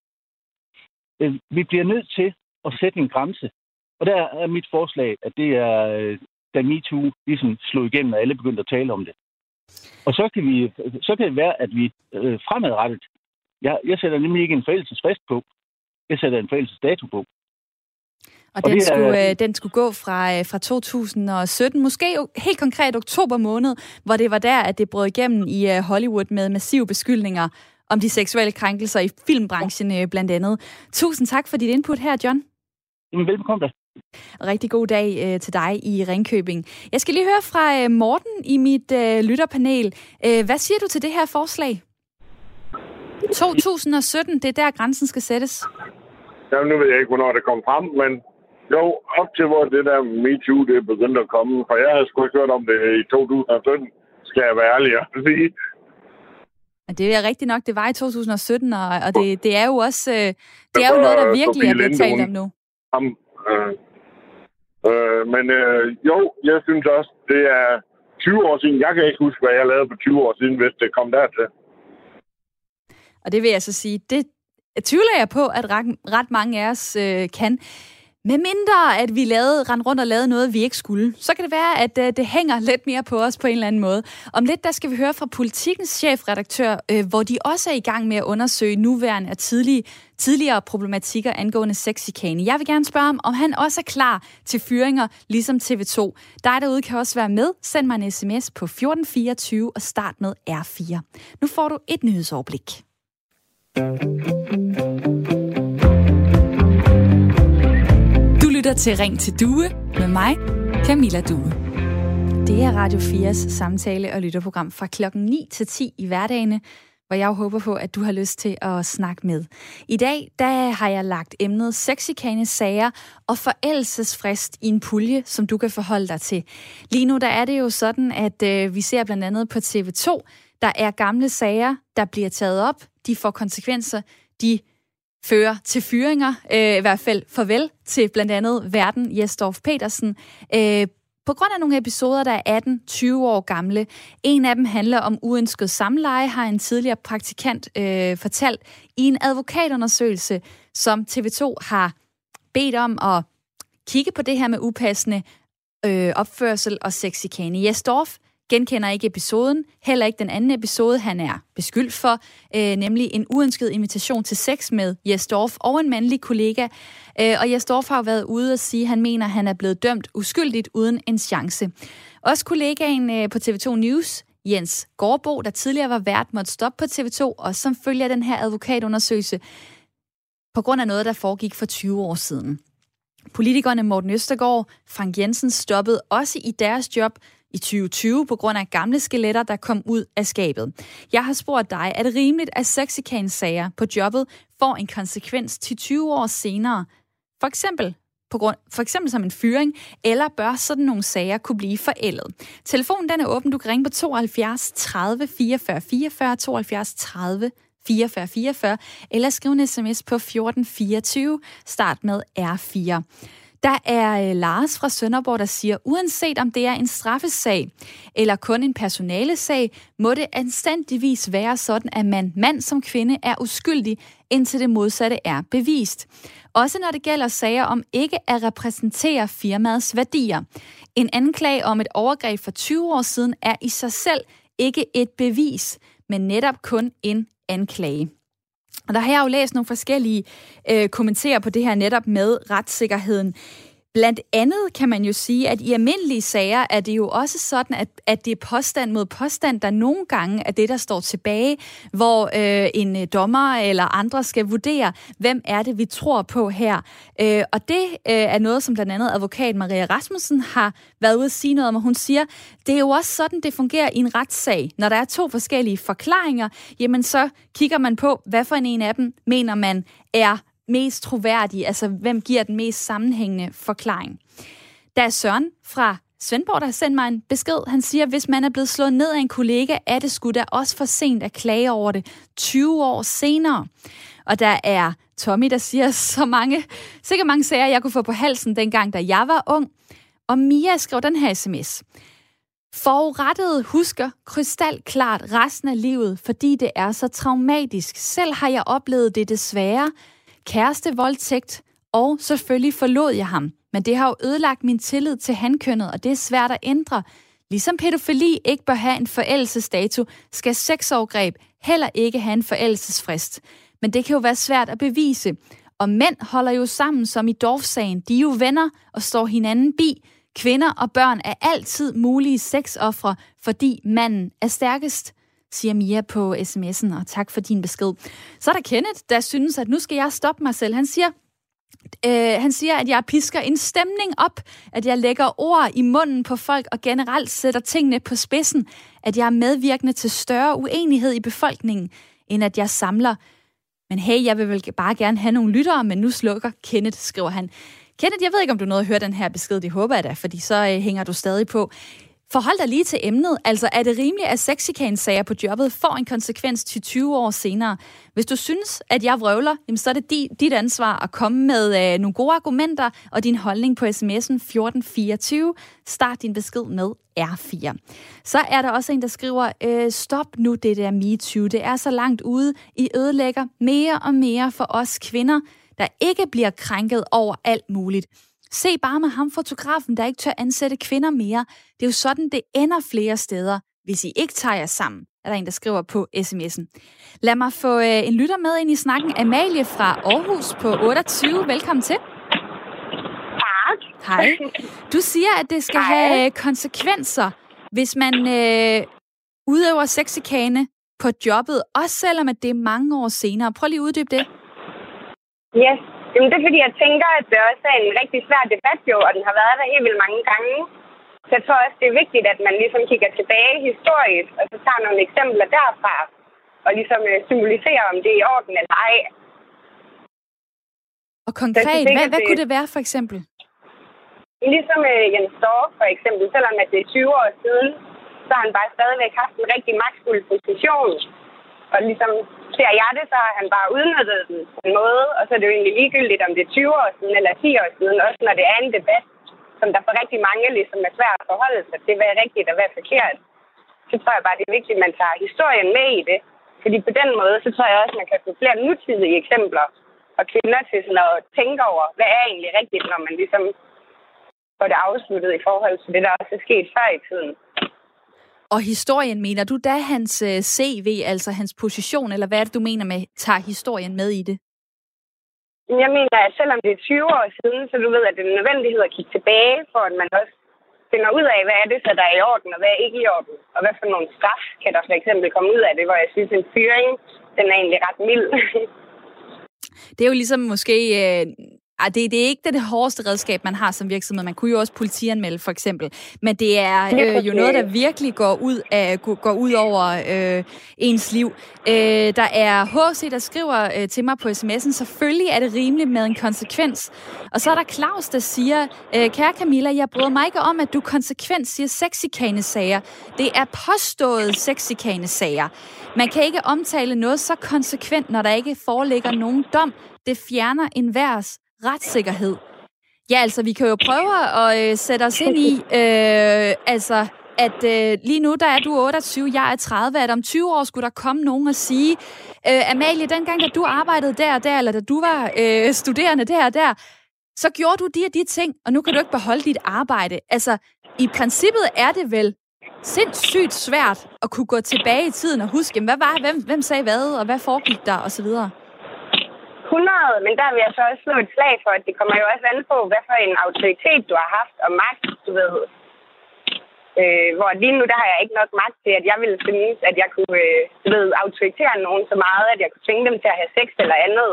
Vi bliver nødt til at sætte en grænse. Og der er mit forslag, at det er, da MeToo ligesom slog igennem, og alle begyndte at tale om det. Og så kan, vi, så kan det være, at vi øh, fremadrettet, jeg, jeg sætter nemlig ikke en forældelsesfrist på, jeg sætter en forældelsesdato på. Og, og den, skulle, er, den skulle gå fra, fra to tusind og sytten, måske helt konkret oktober måned, hvor det var der, at det brød igennem i Hollywood med massive beskyldninger om de seksuelle krænkelser i filmbranchen blandt andet. Tusind tak for dit input her, John. Jamen, velbekomme da. Rigtig god dag øh, til dig i Ringkøbing. Jeg skal lige høre fra øh, Morten i mit øh, lytterpanel. Øh, hvad siger du til det her forslag? to tusind og sytten, det er der grænsen skal sættes. Jamen, nu ved jeg ikke, hvornår det kom frem, men jo, op til hvor det der MeToo, det er begyndt at komme. For jeg havde sgu ikke hørt om det i to tusind og sytten, skal jeg være ærlig at sige. Det er rigtigt nok, det var i to tusind og sytten, og, og det, det er jo også øh, det er jo noget, der virkelig er blevet talt om nu. Om, øh, øh, men øh, jo, jeg synes også, det er tyve år siden. Jeg kan ikke huske, hvad jeg lavede for tyve år siden, hvis det kom dertil. Og det vil jeg så sige, det tvivler jeg på, at ret, ret mange af os øh, kan. Med mindre, at vi lavede, rendte rundt og lavede noget, vi ikke skulle, så kan det være, at uh, det hænger lidt mere på os på en eller anden måde. Om lidt, der skal vi høre fra Politikens chefredaktør, uh, hvor de også er i gang med at undersøge nuværende og tidlige, tidligere problematikker angående sexchikane. Jeg vil gerne spørge ham, om han også er klar til fyringer, ligesom T V to. Dig derude kan også være med. Send mig en sms på fjorten fireogtyve og start med R fire. Nu får du et nyhedsoverblik. Lytter til Ring til Due med mig, Camilla Due. Det er Radio fires samtale- og lytterprogram fra klokken ni til ti i hverdagene, hvor jeg håber på, at du har lyst til at snakke med. I dag der har jeg lagt emnet sexchikane sager og forældelsesfrist i en pulje, som du kan forholde dig til. Lige nu der er det jo sådan, at øh, vi ser blandt andet på T V to, der er gamle sager, der bliver taget op, de får konsekvenser, de fører til fyringer, øh, i hvert fald farvel til blandt andet Verden Jesdorf Petersen, øh, på grund af nogle episoder, der er atten til tyve år gamle. En af dem handler om uønsket samleje, har en tidligere praktikant øh, fortalt i en advokatundersøgelse, som T V to har bedt om at kigge på det her med upassende øh, opførsel og sexchikane. Jesdorf genkender ikke episoden, heller ikke den anden episode, han er beskyldt for, øh, nemlig en uønsket invitation til sex med Jesdorf og en mandlig kollega. Øh, og Jesdorf har været ude og sige, at han mener, at han er blevet dømt uskyldigt uden en chance. Også kollegaen øh, på T V to News, Jens Gårdbo, der tidligere var vært, måtte stoppe på T V to, og som følger den her advokatundersøgelse på grund af noget, der foregik for tyve år siden. Politikerne Morten Østergaard, Frank Jensen stoppede også i deres job i tyve tyve på grund af gamle skeletter, der kom ud af skabet. Jeg har spurgt dig, er det rimeligt, at sexchikane-sager på jobbet får en konsekvens til tyve år senere? For eksempel, på grund, for eksempel som en fyring, eller bør sådan nogle sager kunne blive forældet? Telefonen den er åben. Du kan ringe på tooghalvfjerds tredive fireogfyrre fireogfyrre, tooghalvfjerds tredive fireogfyrre fireogfyrre, eller skriv en sms på fjorten fireogtyve, start med R fire. Der er Lars fra Sønderborg, der siger, uanset om det er en straffesag eller kun en personalesag, må det anstændigvis være sådan, at man mand som kvinde er uskyldig, indtil det modsatte er bevist. Også når det gælder sager om ikke at repræsentere firmaets værdier. En anklage om et overgreb for tyve år siden er i sig selv ikke et bevis, men netop kun en anklage. Og der har jeg jo læst nogle forskellige øh, kommentarer på det her netop med retssikkerheden. Blandt andet kan man jo sige, at i almindelige sager er det jo også sådan, at, at det er påstand mod påstand, der nogle gange er det, der står tilbage, hvor øh, en dommer eller andre skal vurdere, hvem er det, vi tror på her. Øh, og det øh, er noget, som blandt andet advokat Maria Rasmussen har været ude at sige noget om, og hun siger, det er jo også sådan, det fungerer i en retssag. Når der er to forskellige forklaringer, jamen så kigger man på, hvad for en af dem mener man er mest troværdig, altså hvem giver den mest sammenhængende forklaring. Der er Søren fra Svendborg, der har sendt mig en besked. Han siger, hvis man er blevet slået ned af en kollega, er det sgu da også for sent at klage over det tyve år senere. Og der er Tommy, der siger, så mange, sikkert mange sager, jeg kunne få på halsen dengang, da jeg var ung. Og Mia skrev den her sms. Forurettede husker krystalklart resten af livet, fordi det er så traumatisk. Selv har jeg oplevet det desværre. Kæreste voldtægt, og selvfølgelig forlod jeg ham. Men det har jo ødelagt min tillid til hankønnet, og det er svært at ændre. Ligesom pædofili ikke bør have en forældelsesdato, skal sexovergreb heller ikke have en forældelsesfrist. Men det kan jo være svært at bevise. Og mænd holder jo sammen som i Dorf-sagen. De er jo venner og står hinanden bi. Kvinder og børn er altid mulige sexofre, fordi manden er stærkest, siger Mia på sms'en, og tak for din besked. Så er der Kenneth, der synes, at nu skal jeg stoppe mig selv. Han siger, øh, han siger, at jeg pisker en stemning op, at jeg lægger ord i munden på folk og generelt sætter tingene på spidsen, at jeg er medvirkende til større uenighed i befolkningen, end at jeg samler. Men hey, jeg vil vel bare gerne have nogle lyttere, men nu slukker Kenneth, skriver han. Kenneth, jeg ved ikke, om du nåede at høre den her besked, det håber jeg da, fordi så øh, hænger du stadig på. Forhold dig lige til emnet. Altså, er det rimeligt, at sexchikane-sager på jobbet får en konsekvens til tyve år senere? Hvis du synes, at jeg vrøvler, jamen, så er det dit ansvar at komme med øh, nogle gode argumenter og din holdning på sms'en fjorten fireogtyve. Start din besked med R fire. Så er der også en, der skriver, øh, stop nu det der MeToo. Det er så langt ude. I ødelægger mere og mere for os kvinder. der ikke bliver krænket over alt muligt. Se bare med ham, fotografen, der ikke tør ansætte kvinder mere. Det er jo sådan, det ender flere steder, hvis I ikke tager jer sammen, er der en, der skriver på sms'en. Lad mig få øh, en lytter med ind i snakken. Amalie fra Aarhus på otteogtyve. Velkommen til. Tak. Hej. Du siger, at det skal Hej. have konsekvenser, hvis man øh, udøver sexchikane på jobbet, også selvom at det er mange år senere. Prøv lige at uddybe det. Yes. Jamen, det er fordi, jeg tænker, at det også er en rigtig svær debat jo, og den har været der helt vildt mange gange. Så jeg tror også, det er vigtigt, at man ligesom kigger tilbage historisk, og så tager nogle eksempler derfra, og ligesom øh, symboliserer, om det er i orden eller ej. Og konkret, tænker, hvad, hvad det, kunne det være for eksempel? Ligesom øh, Jens Dorf for eksempel, selvom at det er tyve år siden, så har han bare stadigvæk haft en rigtig magtfuld position. Og ligesom ser jeg det, så har han bare udnyttet den på en måde, og så er det jo egentlig ligegyldigt, om det er tyve år siden eller ti år siden, også når det er en debat, som der for rigtig mange ligesom er svært at forholde sig til, hvad er rigtigt og hvad er forkert. Så tror jeg bare, det er vigtigt, at man tager historien med i det. Fordi på den måde, så tror jeg også, at man kan få flere nutidige eksempler og kvinder til sådan at tænke over, hvad er egentlig rigtigt, når man ligesom får det afsluttet i forhold til det, der også er sket før i tiden. Og historien, mener du da hans C V, altså hans position, eller hvad er det, du mener med, tager historien med i det? Jeg mener, at selvom det er tyve år siden, så du ved, at det er en nødvendighed at kigge tilbage, for at man også finder ud af, hvad er det, så der er i orden, og hvad er ikke i orden. Og hvad for nogle straf kan der for eksempel komme ud af det, hvor jeg synes, en fyring, den er egentlig ret mild. Det er jo ligesom måske... Øh Ah, det, det er ikke det, det hårdeste redskab, man har som virksomhed. Man kunne jo også politianmelde, for eksempel. Men det er øh, jo noget, der virkelig går ud, af, går ud over øh, ens liv. Øh, der er H C, der skriver øh, til mig på sms'en, selvfølgelig er det rimeligt med en konsekvens. Og så er der Claus, der siger, øh, kære Camilla, jeg bryder mig ikke om, at du konsekvent siger sexchikane-sager. Det er påstået sexchikane-sager. Man kan ikke omtale noget så konsekvent, når der ikke foreligger nogen dom. Det fjerner enhvers retssikkerhed. Ja, altså, vi kan jo prøve at øh, sætte os ind i, øh, altså, at øh, lige nu, der er du otteogtyve, jeg er tredive, at om tyve år skulle der komme nogen og sige, øh, Amalie, dengang, da du arbejdede der og der, eller da du var øh, studerende der og der, så gjorde du de og de ting, og nu kan du ikke beholde dit arbejde. Altså, i princippet er det vel sindssygt svært at kunne gå tilbage i tiden og huske, hvad var, hvem, hvem sagde hvad, og hvad foregik der, og så videre. hundrede, men der vil jeg så også slå et slag for, at det kommer jo også an på, hvad for en autoritet du har haft og magt, du ved. Øh, hvor lige nu, der har jeg ikke nok magt til, at jeg ville synes, at jeg kunne øh, du ved, autoritere nogen så meget, at jeg kunne tvinge dem til at have sex eller andet.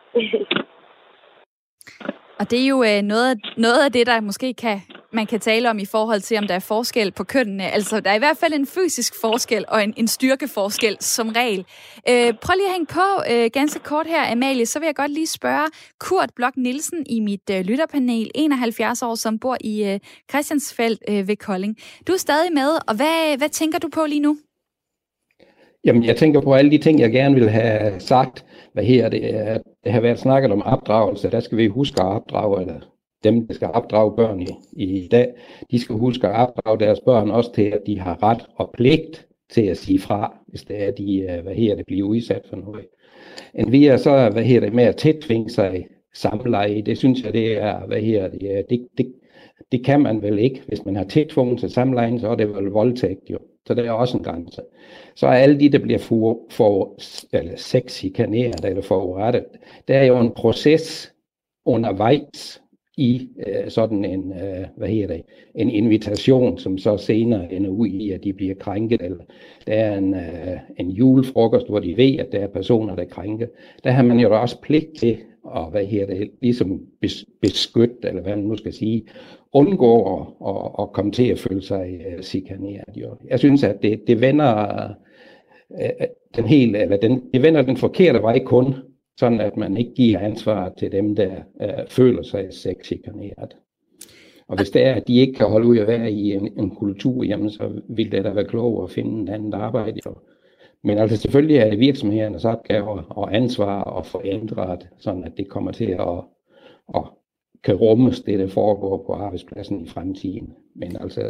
Og det er jo øh, noget, noget af det, der måske kan, man kan tale om i forhold til, om der er forskel på kønnene. Altså, der er i hvert fald en fysisk forskel og en, en styrkeforskel som regel. Øh, prøv lige at hænge på øh, ganske kort her, Amalie. Så vil jeg godt lige spørge Kurt Blok Nielsen i mit øh, lytterpanel, enoghalvfjerds år, som bor i øh, Christiansfeld øh, ved Kolding. Du er stadig med, og hvad, hvad tænker du på lige nu? Jamen, jeg tænker på alle de ting, jeg gerne vil have sagt. Hvad her det er, det har været snakket om opdragelse. Der skal vi huske at opdrage, eller dem, der skal opdrage børn i, i dag, de skal huske at opdrage deres børn også til, at de har ret og pligt til at sige fra, hvis det er, de hvad her, det bliver udsat for noget. En vi er så, hvad her det, med at tiltvinge sig samleje, det synes jeg, det er, hvad her det er, det, det, det kan man vel ikke. Hvis man har tiltvunget sig samleje, så er det vel voldtægt jo. Så der er også en grænse. Så er alle de, der bliver for, for eller sexchikaneret eller forurettet, der er jo en proces undervejs i øh, sådan en, øh, hvad hedder det, en invitation, som så senere ender ud i, at de bliver krænket. Eller der er en, øh, en julefrokost, hvor de ved, at der er personer, der er krænket. Der har man jo også pligt til at, hvad hedder det, ligesom bes, beskytte, eller hvad man nu skal sige, undgå at, at, at komme til at føle sig uh, chikaneret. Jo. Jeg synes, at det, det vender uh, den hele, eller den, det vender den forkerte vej kun, sådan at man ikke giver ansvar til dem, der uh, føler sig sexchikaneret. Og hvis det er, at de ikke kan holde ud at være i en, en kultur, jamen så vil det da være klogt at finde et andet arbejde. Jo. Men altså selvfølgelig er det virksomhedernes opgave og ansvar at forændre det, sådan at det kommer til at, at kan rummes det, der foregår på arbejdspladsen i fremtiden. Men altså,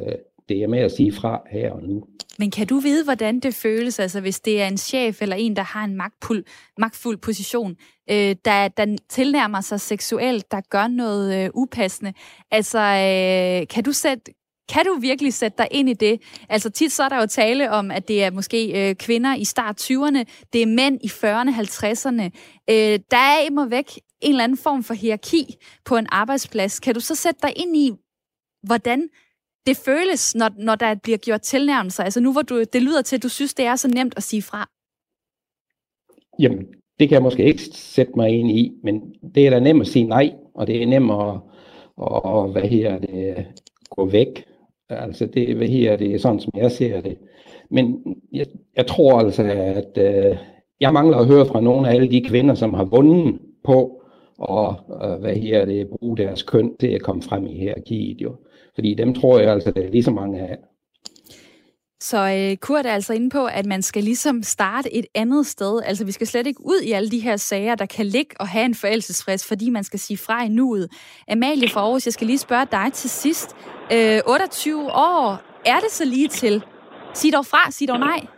det er med at sige fra her og nu. Men kan du vide, hvordan det føles, altså hvis det er en chef eller en, der har en magtfuld, magtfuld position, øh, der, der tilnærmer sig seksuelt, der gør noget øh, upassende? Altså, øh, kan du sætte... Kan du virkelig sætte dig ind i det? Altså tit så er der jo tale om, at det er måske øh, kvinder i start tyverne, det er mænd i fyrrerne, halvtredserne. Øh, der er immer væk en eller anden form for hierarki på en arbejdsplads. Kan du så sætte dig ind i, hvordan det føles, når, når der bliver gjort tilnærmelser? Altså nu hvor du, det lyder til, at du synes, det er så nemt at sige fra. Jamen, det kan jeg måske ikke sætte mig ind i, men det er da nemt at sige nej, og det er nemt at, at hvad her det, gå væk. Altså det, hvad her, det er sådan, som jeg ser det. Men jeg, jeg tror altså, at øh, jeg mangler at høre fra nogle af alle de kvinder, som har vundet på at øh, hvad her, det, bruge deres køn til at komme frem i hierarkiet. Jo. Fordi dem tror jeg altså, der er lige så mange af. Så øh, Kurt er altså inde på, at man skal ligesom starte et andet sted. Altså vi skal slet ikke ud i alle de her sager, der kan ligge og have en forældelsesfrist, fordi man skal sige fra i nuet. Amalie fra Aarhus, jeg skal lige spørge dig til sidst. Øh, otteogtyve år, er det så lige til? Sig dog fra, sig dog nej.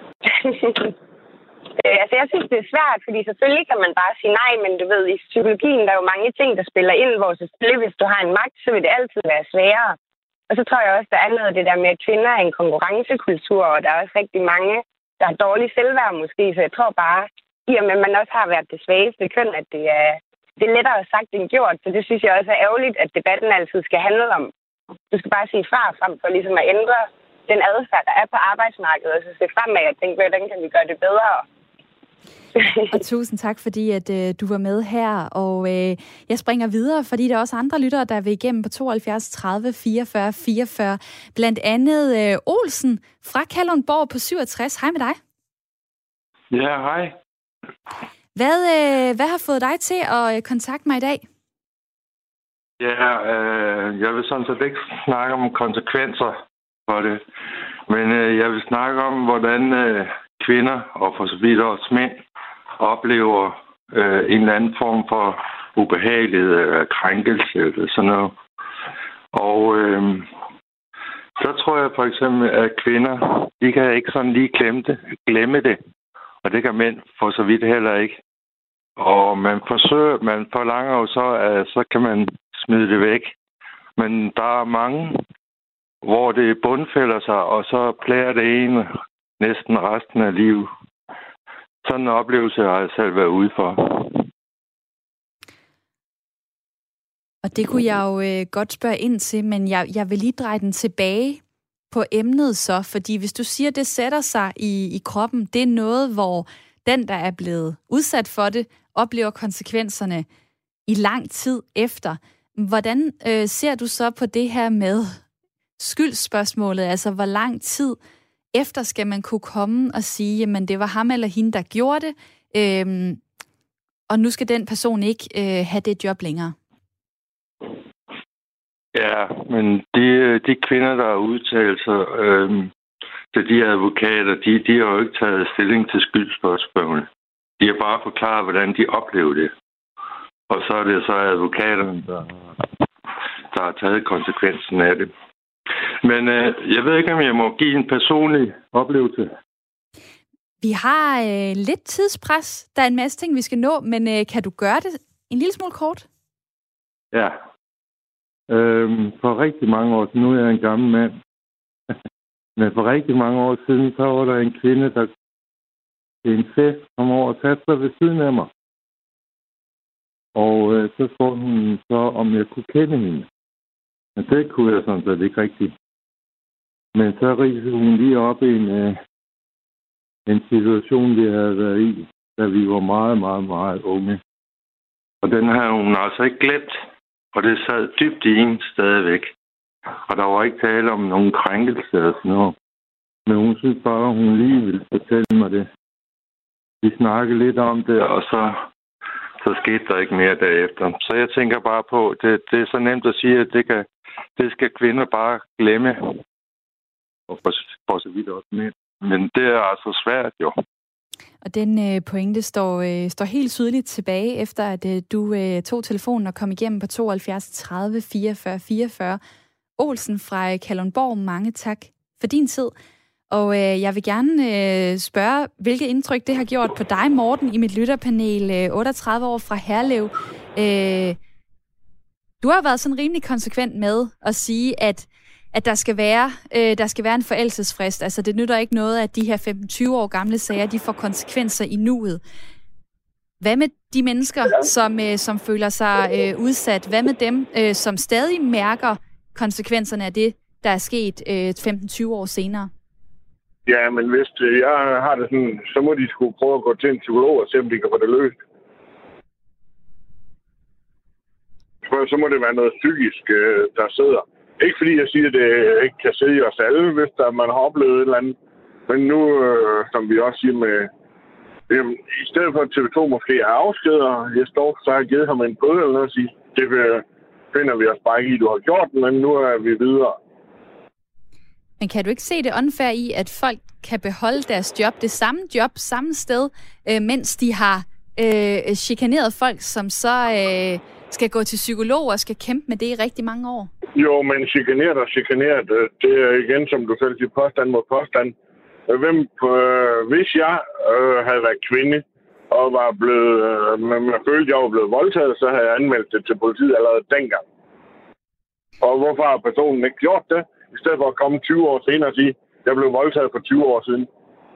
øh, altså jeg synes, det er svært, fordi selvfølgelig kan man bare sige nej, men du ved, i psykologien der er jo mange ting, der spiller ind, hvor selvfølgelig, hvis du har en magt, så vil det altid være sværere. Og så tror jeg også, der er noget af det der med, at kvinder er en konkurrencekultur, og der er også rigtig mange, der har dårlig selvværd måske. Så jeg tror bare, i og med at man også har været det svageste køn, at det er, det er lettere sagt end gjort. Så det synes jeg også er ærgerligt, at debatten altid skal handle om. Du skal bare sige fra frem for ligesom at ændre den adfærd, der er på arbejdsmarkedet, og så se fremad og tænke, hvordan kan vi gøre det bedre. Og tusind tak, fordi at, øh, du var med her, og øh, jeg springer videre, fordi der er også andre lyttere, der vil igennem på tooghalvfjerds tredive fireogfyrre fireogfyrre. Blandt andet øh, Olsen fra Kalundborg på syvogtres. Hej med dig. Ja, hej. Hvad, øh, hvad har fået dig til at øh, kontakte mig i dag? Ja, øh, jeg vil sådan set ikke snakke om konsekvenser for det, men øh, jeg vil snakke om, hvordan øh, kvinder og for så vidt også mænd oplever øh, en eller anden form for ubehagelighed eller krænkelse eller sådan noget. Og øh, så tror jeg for eksempel, at kvinder, de kan ikke sådan lige glemme det, glemme det. Og det kan mænd for så vidt heller ikke. Og man forsøger, man forlanger jo så, at så kan man smide det væk. Men der er mange, hvor det bundfælder sig, og så plager det en næsten resten af livet. Sådan en oplevelse har jeg selv været ude for. Og det kunne jeg jo øh, godt spørge ind til, men jeg, jeg vil lige dreje den tilbage på emnet så, fordi hvis du siger, at det sætter sig i, i kroppen, det er noget, hvor den, der er blevet udsat for det, oplever konsekvenserne i lang tid efter. Hvordan øh, ser du så på det her med skyldsspørgsmålet? Altså, hvor lang tid efter skal man kunne komme og sige, jamen det var ham eller hende, der gjorde det, øhm, og nu skal den person ikke øh, have det job længere? Ja, men de, de kvinder, der har udtalt sig øh, til de advokater, de, de har jo ikke taget stilling til skyldsspørgsmålet. De har bare forklaret, hvordan de oplever det. Og så er det så advokaterne, der, der har taget konsekvensen af det. Men øh, jeg ved ikke, om jeg må give en personlig oplevelse. Vi har øh, lidt tidspres. Der er en masse ting, vi skal nå, men øh, kan du gøre det en lille smule kort? Ja. Øhm, for rigtig mange år siden, nu er jeg en gammel mand, men for rigtig mange år siden, så var der en kvinde, der til en fest kom over og satte sig ved siden af mig. Og øh, så spurgte hun så, om jeg kunne kende hende. Men det kunne jeg sådan set ikke rigtigt. Men så ridsede hun lige op i en, øh, en situation, vi havde været i, da vi var meget, meget, meget unge. Og den havde hun altså ikke glemt. Og det sad dybt i en stadigvæk. Og der var ikke tale om nogen krænkelse og sådan noget. Men hun synes bare, at hun lige ville fortælle mig det. Vi snakkede lidt om det, og så, så skete der ikke mere derefter. Så jeg tænker bare på, det, det er så nemt at sige, at det, kan, det skal kvinder bare glemme. Og for, for så vidt også mænd. Men det er altså svært jo. Og den øh, pointe står, øh, står helt tydeligt tilbage, efter at øh, du øh, tog telefonen og kom igennem på tooghalvfjerds tredive fireogfyrre fireogfyrre. Olsen fra Kalundborg, mange tak for din tid. Og øh, jeg vil gerne øh, spørge, hvilket indtryk det har gjort på dig, Morten, i mit lytterpanel, øh, otteogtredive år fra Herlev. Øh, du har været sådan rimelig konsekvent med at sige, at, at der, skal være, øh, der skal være en forældelsesfrist. Altså det nytter ikke noget, at de her femten til tyve år gamle sager, de får konsekvenser i nuet. Hvad med de mennesker, som, øh, som føler sig øh, udsat? Hvad med dem, øh, som stadig mærker konsekvenserne af det, der er sket øh, femten til tyve år senere? Ja, men hvis jeg har det sådan, så må de skulle prøve at gå til en psykolog og se, om de kan få det løst. Så må det være noget psykisk, der sidder. Ikke fordi jeg siger, at det ikke kan sidde i os alle, hvis der, man har oplevet et eller andet. Men nu, som vi også siger med, jamen, i stedet for at T V to måske er afskeder, jeg står, så har jeg givet ham en bøde eller noget at sige, det finder vi os bare ikke i, du har gjort, men nu er vi videre. Men kan du ikke se det unfair i, at folk kan beholde deres job, det samme job, samme sted, øh, mens de har øh, chikaneret folk, som så øh, skal gå til psykolog og skal kæmpe med det i rigtig mange år? Jo, men chikaneret og chikaneret, det er igen, som du selv siger, påstand mod påstand. Hvem, øh, hvis jeg øh, havde været kvinde og var blevet, øh, man følte, at jeg var blevet voldtaget, så havde jeg anmeldt det til politiet allerede dengang. Og hvorfor har personen ikke gjort det? I stedet for at komme tyve år senere og sige, at jeg blev voldtaget for tyve år siden.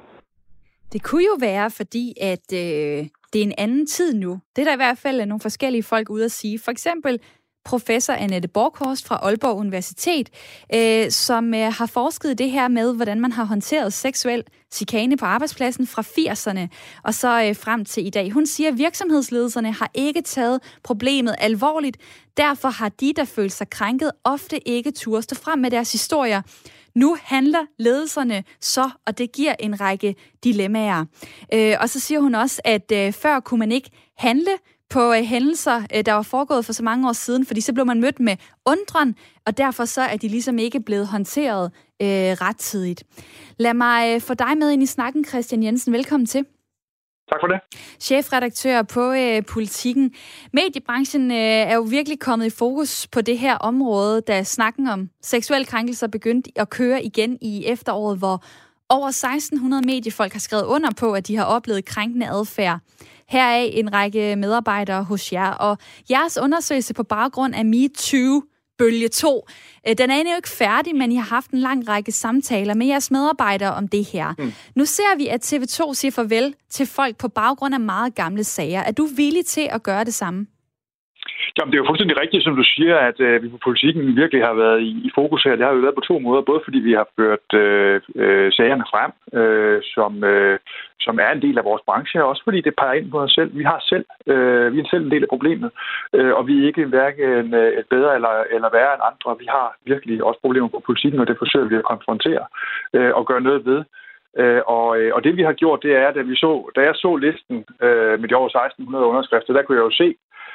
Det kunne jo være, fordi at øh, det er en anden tid nu. Det er der i hvert fald nogle forskellige folk ude at sige. For eksempel professor Annette Borkhorst fra Aalborg Universitet, øh, som øh, har forsket det her med, hvordan man har håndteret seksuel chikane på arbejdspladsen fra firserne og så øh, frem til i dag. Hun siger, at virksomhedsledelserne har ikke taget problemet alvorligt. Derfor har de, der føler sig krænket, ofte ikke turde stå frem med deres historier. Nu handler ledelserne så, og det giver en række dilemmaer. Øh, og så siger hun også, at øh, før kunne man ikke handle på øh, hændelser, øh, der var foregået for så mange år siden, fordi så blev man mødt med undren, og derfor så er de ligesom ikke blevet håndteret øh, rettidigt. Lad mig øh, få dig med ind i snakken, Christian Jensen. Velkommen til. Tak for det. Chefredaktør på øh, Politikken. Mediebranchen øh, er jo virkelig kommet i fokus på det her område, da snakken om seksuelle krænkelser begyndte at køre igen i efteråret, hvor over seksten hundrede mediefolk har skrevet under på, at de har oplevet krænkende adfærd. Heraf en række medarbejdere hos jer, og jeres undersøgelse på baggrund af MeToo bølge to. Den er endnu ikke færdig, men I har haft en lang række samtaler med jeres medarbejdere om det her. Mm. Nu ser vi, at T V to siger farvel til folk på baggrund af meget gamle sager. Er du villig til at gøre det samme? Jamen, det er jo fuldstændig rigtigt, som du siger, at øh, vi på Politikken virkelig har været i, i fokus her. Det har jo været på to måder, både fordi vi har ført øh, øh, sagerne frem, øh, som, øh, som er en del af vores branche, og også fordi det peger ind på os selv. Vi har selv, øh, vi er selv en del af problemet, øh, og vi er ikke hverken et bedre eller, eller værre end andre. Vi har virkelig også problemer på Politikken, og det forsøger vi at konfrontere øh, og gøre noget ved. Øh, og, og det vi har gjort, det er, at vi så, da jeg så listen øh, med de over seksten hundrede underskrifter, der kunne jeg jo se,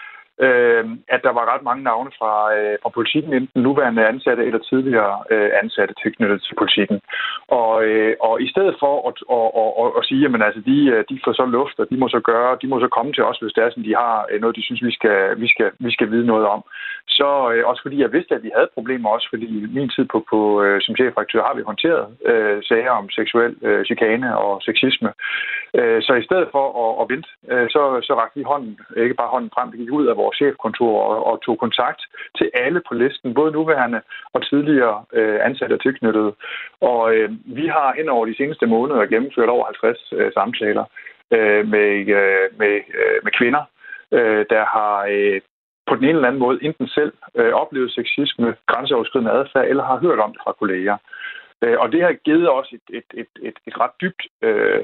Øh, at der var ret mange navne fra, øh, fra Politikken, enten nuværende ansatte eller tidligere øh, ansatte tilknyttet til Politikken. Og, øh, og i stedet for at, at, at, at, at sige, at altså, de, de får så luft, og de må så gøre, de må så komme til os, hvis det er sådan, de har noget, de synes, vi skal, vi skal, vi skal vide noget om. Så øh, også fordi jeg vidste, at vi havde problemer, også fordi i min tid på, på, øh, som chefredaktør har vi håndteret øh, sager om seksuel øh, chikane og sexisme. Øh, så i stedet for at, at vente, øh, så, så rakte vi hånden, ikke bare hånden frem, vi gik ud af vores chefkontor og, og tog kontakt til alle på listen, både nuværende og tidligere øh, ansatte tilknyttede. Og øh, vi har hen over de seneste måneder gennemført over halvtreds øh, samtaler øh, med, øh, med, øh, med kvinder, øh, der har øh, på den ene eller anden måde enten selv øh, oplevet sexisme, grænseoverskridende adfærd, eller har hørt om det fra kolleger. Øh, og det har givet os et, et, et, et, et ret dybt øh,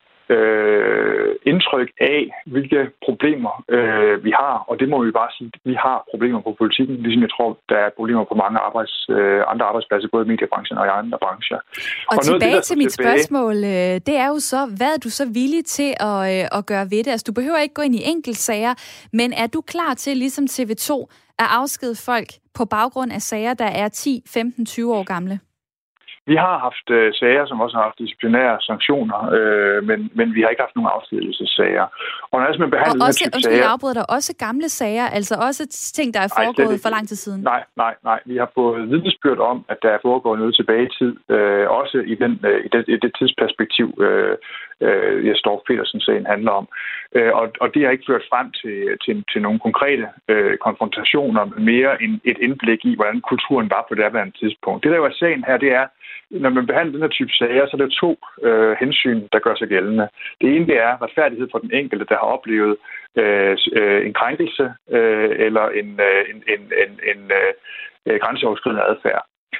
øh, indtryk af, hvilke problemer øh, vi har. Og det må vi bare sige, vi har problemer på Politikken, ligesom jeg tror, der er problemer på mange arbejds, øh, andre arbejdspladser, både i mediebranchen og i andre brancher. Og, og tilbage noget, til mit tilbage... spørgsmål, det er jo så, hvad er du så villig til at, øh, at gøre ved det? Altså, du behøver ikke gå ind i enkeltsager, men er du klar til, ligesom T V to, at afskede folk på baggrund af sager, der er ti, femten, tyve år gamle? Vi har haft øh, sager, som også har haft disciplinære sanktioner, øh, men, men vi har ikke haft nogen afskedigelsessager. Og når man behandler og også, den her type undskyld, sager... afbryder der også gamle sager, altså også ting, der er foregået nej, for lang tid siden? Nej, nej, nej. Vi har fået vidnesbyrd om, at der er foregået noget tilbage i tid, øh, også i, den, øh, i, det, i det tidsperspektiv, øh, øh, Jesdorf Petersen-sagen handler om. Øh, og, og det har ikke ført frem til, til, til nogle konkrete øh, konfrontationer, mere end et indblik i, hvordan kulturen var på det andet tidspunkt. Det, der jo er sagen her, det er, når man behandler den her type sager, så er der to øh, hensyn, der gør sig gældende. Det ene, det er retfærdighed for den enkelte, der har oplevet øh, en krænkelse øh, eller en, øh, en, en, en, en øh, grænseoverskridende adfærd.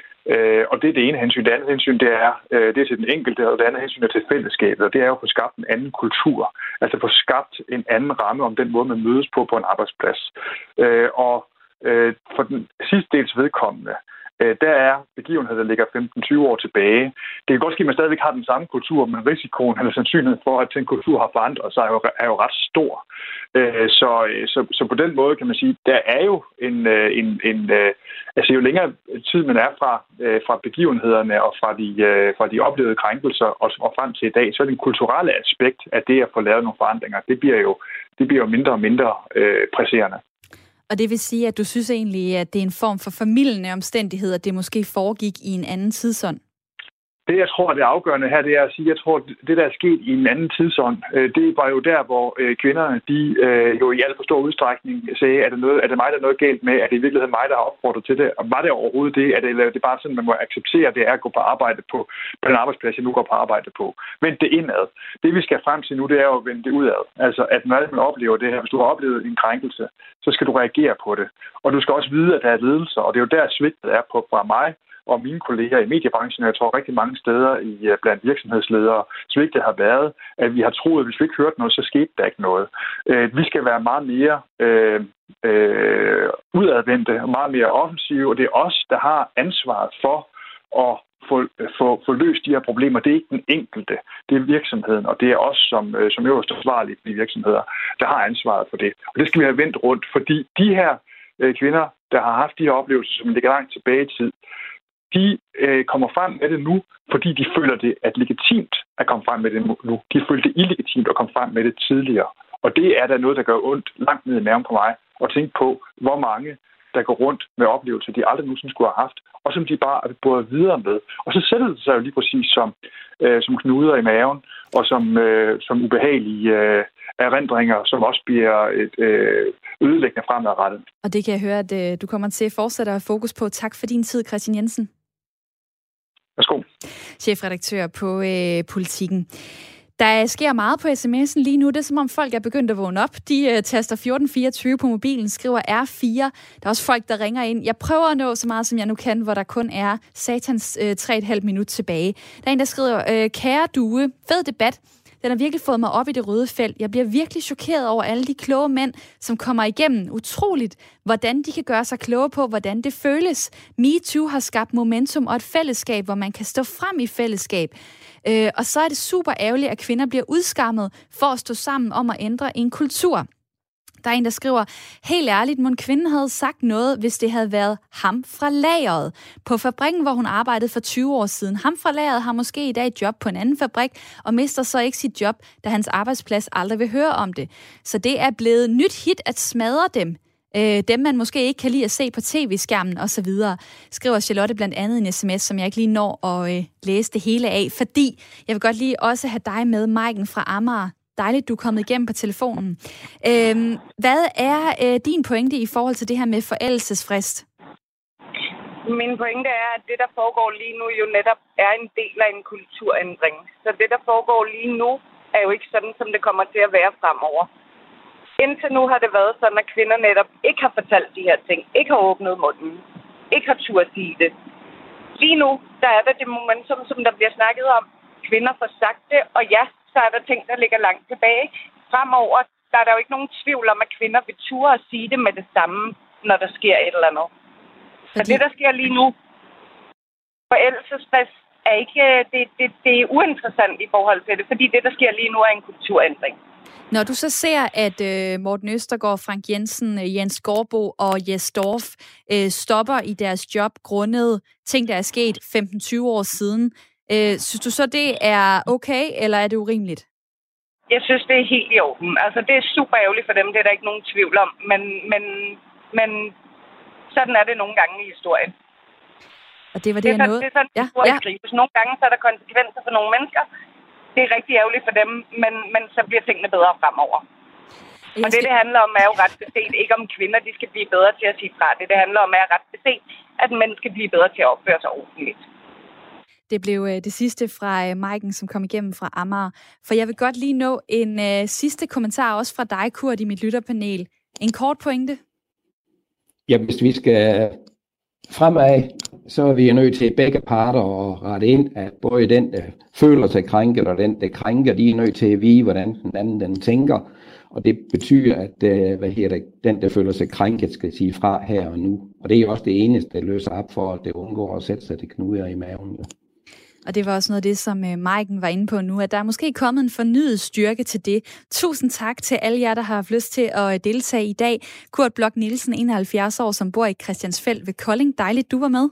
Øh, og det er det ene hensyn. Det andet hensyn, det er, øh, det er til den enkelte, og det andet hensyn er til fællesskabet. Og det er jo at få skabt en anden kultur. Altså få skabt en anden ramme om den måde, man mødes på på en arbejdsplads. Øh, og øh, for den sidste dels vedkommende, der er begivenheder, der ligger femten til tyve år tilbage. Det kan godt ske, at man stadigvæk har den samme kultur, men risikoen eller sandsynligheden for, at den kultur har forandret sig, er jo, er jo ret stor. Så, så, så på den måde kan man sige, der er jo en, en, en altså jo længere tid man er fra, fra begivenhederne og fra de, fra de oplevede krænkelser og, og frem til i dag, så er det kulturelle aspekt af det at få lavet nogle forandringer, det bliver jo, det bliver jo mindre og mindre øh, presserende. Og det vil sige, at du synes egentlig, at det er en form for formildende omstændighed, at det måske foregik i en anden tidsånd? Det, jeg tror, det er afgørende her, det er at sige, jeg tror, det, der er sket i en anden tidsånd, det var jo der, hvor kvinderne, de jo i alt for stor udstrækning sagde, er det, noget, er det mig, der er noget galt med? Er det i virkeligheden mig, der har opfordret til det? Og var det overhovedet det? Er det, eller er det bare sådan, man må acceptere, det er at gå på arbejde på, på den arbejdsplads, jeg nu går på arbejde på? Vend det indad. Det, vi skal frem til nu, det er jo at vende det udad. Altså, at når man oplever det her, hvis du har oplevet en krænkelse, så skal du reagere på det. Og du skal også vide, at der er ledelser, og det er jo der svigtet er på fra mig og mine kolleger i mediebranchen, og jeg tror rigtig mange steder i blandt virksomhedsledere, svigtet har været, at vi har troet, at hvis vi ikke hørte noget, så skete der ikke noget. Vi skal være meget mere øh, øh, udadvendte og meget mere offensive, og det er os, der har ansvaret for at få, få, få løst de her problemer. Det er ikke den enkelte, det er virksomheden, og det er os som, som øverst ansvarlige i virksomheder, der har ansvaret for det. Og det skal vi have vendt rundt, fordi de her øh, kvinder, der har haft de her oplevelser, som ligger langt tilbage i tid, de øh, kommer frem med det nu, fordi de føler det at legitimt at komme frem med det nu. De føler det illegitimt at komme frem med det tidligere. Og det er da noget, der gør ondt langt ned i maven på mig, at tænke på, hvor mange, der går rundt med oplevelser, de aldrig nogensinde skulle have haft, og som de bare er båret videre med. Og så sætter det sig jo lige præcis som, øh, som knuder i maven, og som, øh, som ubehagelige øh, erindringer, som også bliver et, øh, ødelæggende fremadrettet. Og det kan jeg høre, at øh, du kommer til at fortsætte at have fokus på. Tak for din tid, Christian Jensen. Værsgo. Chefredaktør på øh, Politikken. Der sker meget på sms'en lige nu. Det er som om folk er begyndt at vågne op. De uh, taster fjorten fireogtyve på mobilen, skriver R fire. Der er også folk, der ringer ind. Jeg prøver at nå så meget, som jeg nu kan, hvor der kun er satans uh, tre og et halvt minut tilbage. Der er en, der skriver, uh, kære Due, fed debat. Den har virkelig fået mig op i det røde felt. Jeg bliver virkelig chokeret over alle de kloge mænd, som kommer igennem. Utroligt, hvordan de kan gøre sig kloge på, hvordan det føles. MeToo har skabt momentum og et fællesskab, hvor man kan stå frem i fællesskab. Øh, og så er det super ærgerligt, at kvinder bliver udskammet for at stå sammen om at ændre en kultur. Der er en, der skriver, helt ærligt, mon kvinden havde sagt noget, hvis det havde været ham fra lageret. På fabrikken, hvor hun arbejdede for tyve år siden. Ham fra lageret har måske i dag et job på en anden fabrik, og mister så ikke sit job, da hans arbejdsplads aldrig vil høre om det. Så det er blevet nyt hit at smadre dem. Øh, dem, man måske ikke kan lide at se på tv-skærmen osv., skriver Charlotte blandt andet en sms, som jeg ikke lige når at øh, læse det hele af, fordi jeg vil godt lige også have dig med, Maiken fra Amager. Dejligt, du er kommet igennem på telefonen. Øhm, hvad er øh, din pointe i forhold til det her med forældelsesfrist? Min pointe er, at det, der foregår lige nu, jo netop er en del af en kulturændring. Så det, der foregår lige nu, er jo ikke sådan, som det kommer til at være fremover. Indtil nu har det været sådan, at kvinder netop ikke har fortalt de her ting, ikke har åbnet munden, ikke har turde sige det. Lige nu, der er der det momentum, som der bliver snakket om. Kvinder får sagt det, og ja, så er der ting, der ligger langt tilbage. Fremover, der er der jo ikke nogen tvivl om, at kvinder vil ture at sige det med det samme, når der sker et eller andet. Så det, der sker lige nu, forældelsesfrist, er ikke, det, det, det er uinteressant i forhold til det, fordi det, der sker lige nu, er en kulturændring. Når du så ser, at øh, Morten Østergaard, Frank Jensen, øh, Jens Gårdbo og Jes Dorph øh, stopper i deres job grundet ting, der er sket femten til tyve år siden, øh, synes du så, det er okay, eller er det urimeligt? Jeg synes, det er helt i orden. Altså, det er super ærgerligt for dem, det er der ikke nogen tvivl om, men, men, men sådan er det nogle gange i historien. Og det var det, det er jeg sådan, nåede. det er sådan, ja, ja. Skrives. Nogle gange så er der konsekvenser for nogle mennesker. Det er rigtig ærgerligt for dem, men, men så bliver tingene bedre fremover. Skal... Og det, det handler om, er jo ret beset ikke om kvinder, de skal blive bedre til at sige fra. Det, det handler om, er ret beset, at mænd skal blive bedre til at opføre sig ordentligt. Det blev øh, det sidste fra øh, Maiken, som kom igennem fra Amager. For jeg vil godt lige nå en øh, sidste kommentar også fra dig, Kurt, i mit lytterpanel. En kort pointe? Ja, hvis vi skal fremad, så er vi nødt til begge parter at rette ind, at både den, der føler sig krænket, og den, der krænker, de er nødt til at vide, hvordan den anden den tænker. Og det betyder, at hvad her, den, der føler sig krænket, skal sige fra her og nu. Og det er jo også det eneste, der løser op for, at det undgår at sætte sig det knuder i maven. Jo. Og det var også noget af det, som Maiken var inde på nu, at der er måske kommet en fornyet styrke til det. Tusind tak til alle jer, der har haft lyst til at deltage i dag. Kurt Bloch Nielsen, enoghalvfjerds år, som bor i Christiansfeld ved Kolding. Dejligt, du var med.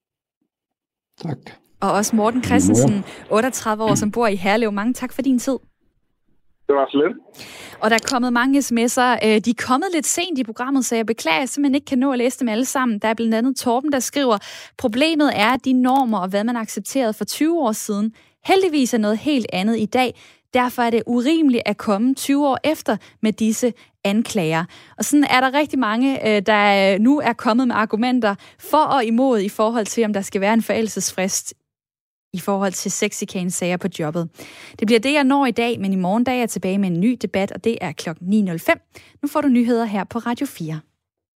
Tak. Og også Morten Christensen, otteogtredive år, som bor i Herlev. Mange tak for din tid. Det var så lidt. Og der er kommet mange sms'er. De er kommet lidt sent i programmet, så jeg beklager, at jeg simpelthen ikke kan nå at læse dem alle sammen. Der er blandt andet Torben, der skriver, problemet er, at de normer og hvad man accepterede for tyve år siden, heldigvis er noget helt andet i dag. Derfor er det urimeligt at komme tyve år efter med disse anklager. Og sådan er der rigtig mange, der nu er kommet med argumenter for og imod i forhold til, om der skal være en forældelsesfrist i forhold til sexchikane-sager på jobbet. Det bliver det, jeg når i dag, men i morgen dag er jeg tilbage med en ny debat, og det er klokken ni nul fem. Nu får du nyheder her på Radio fire.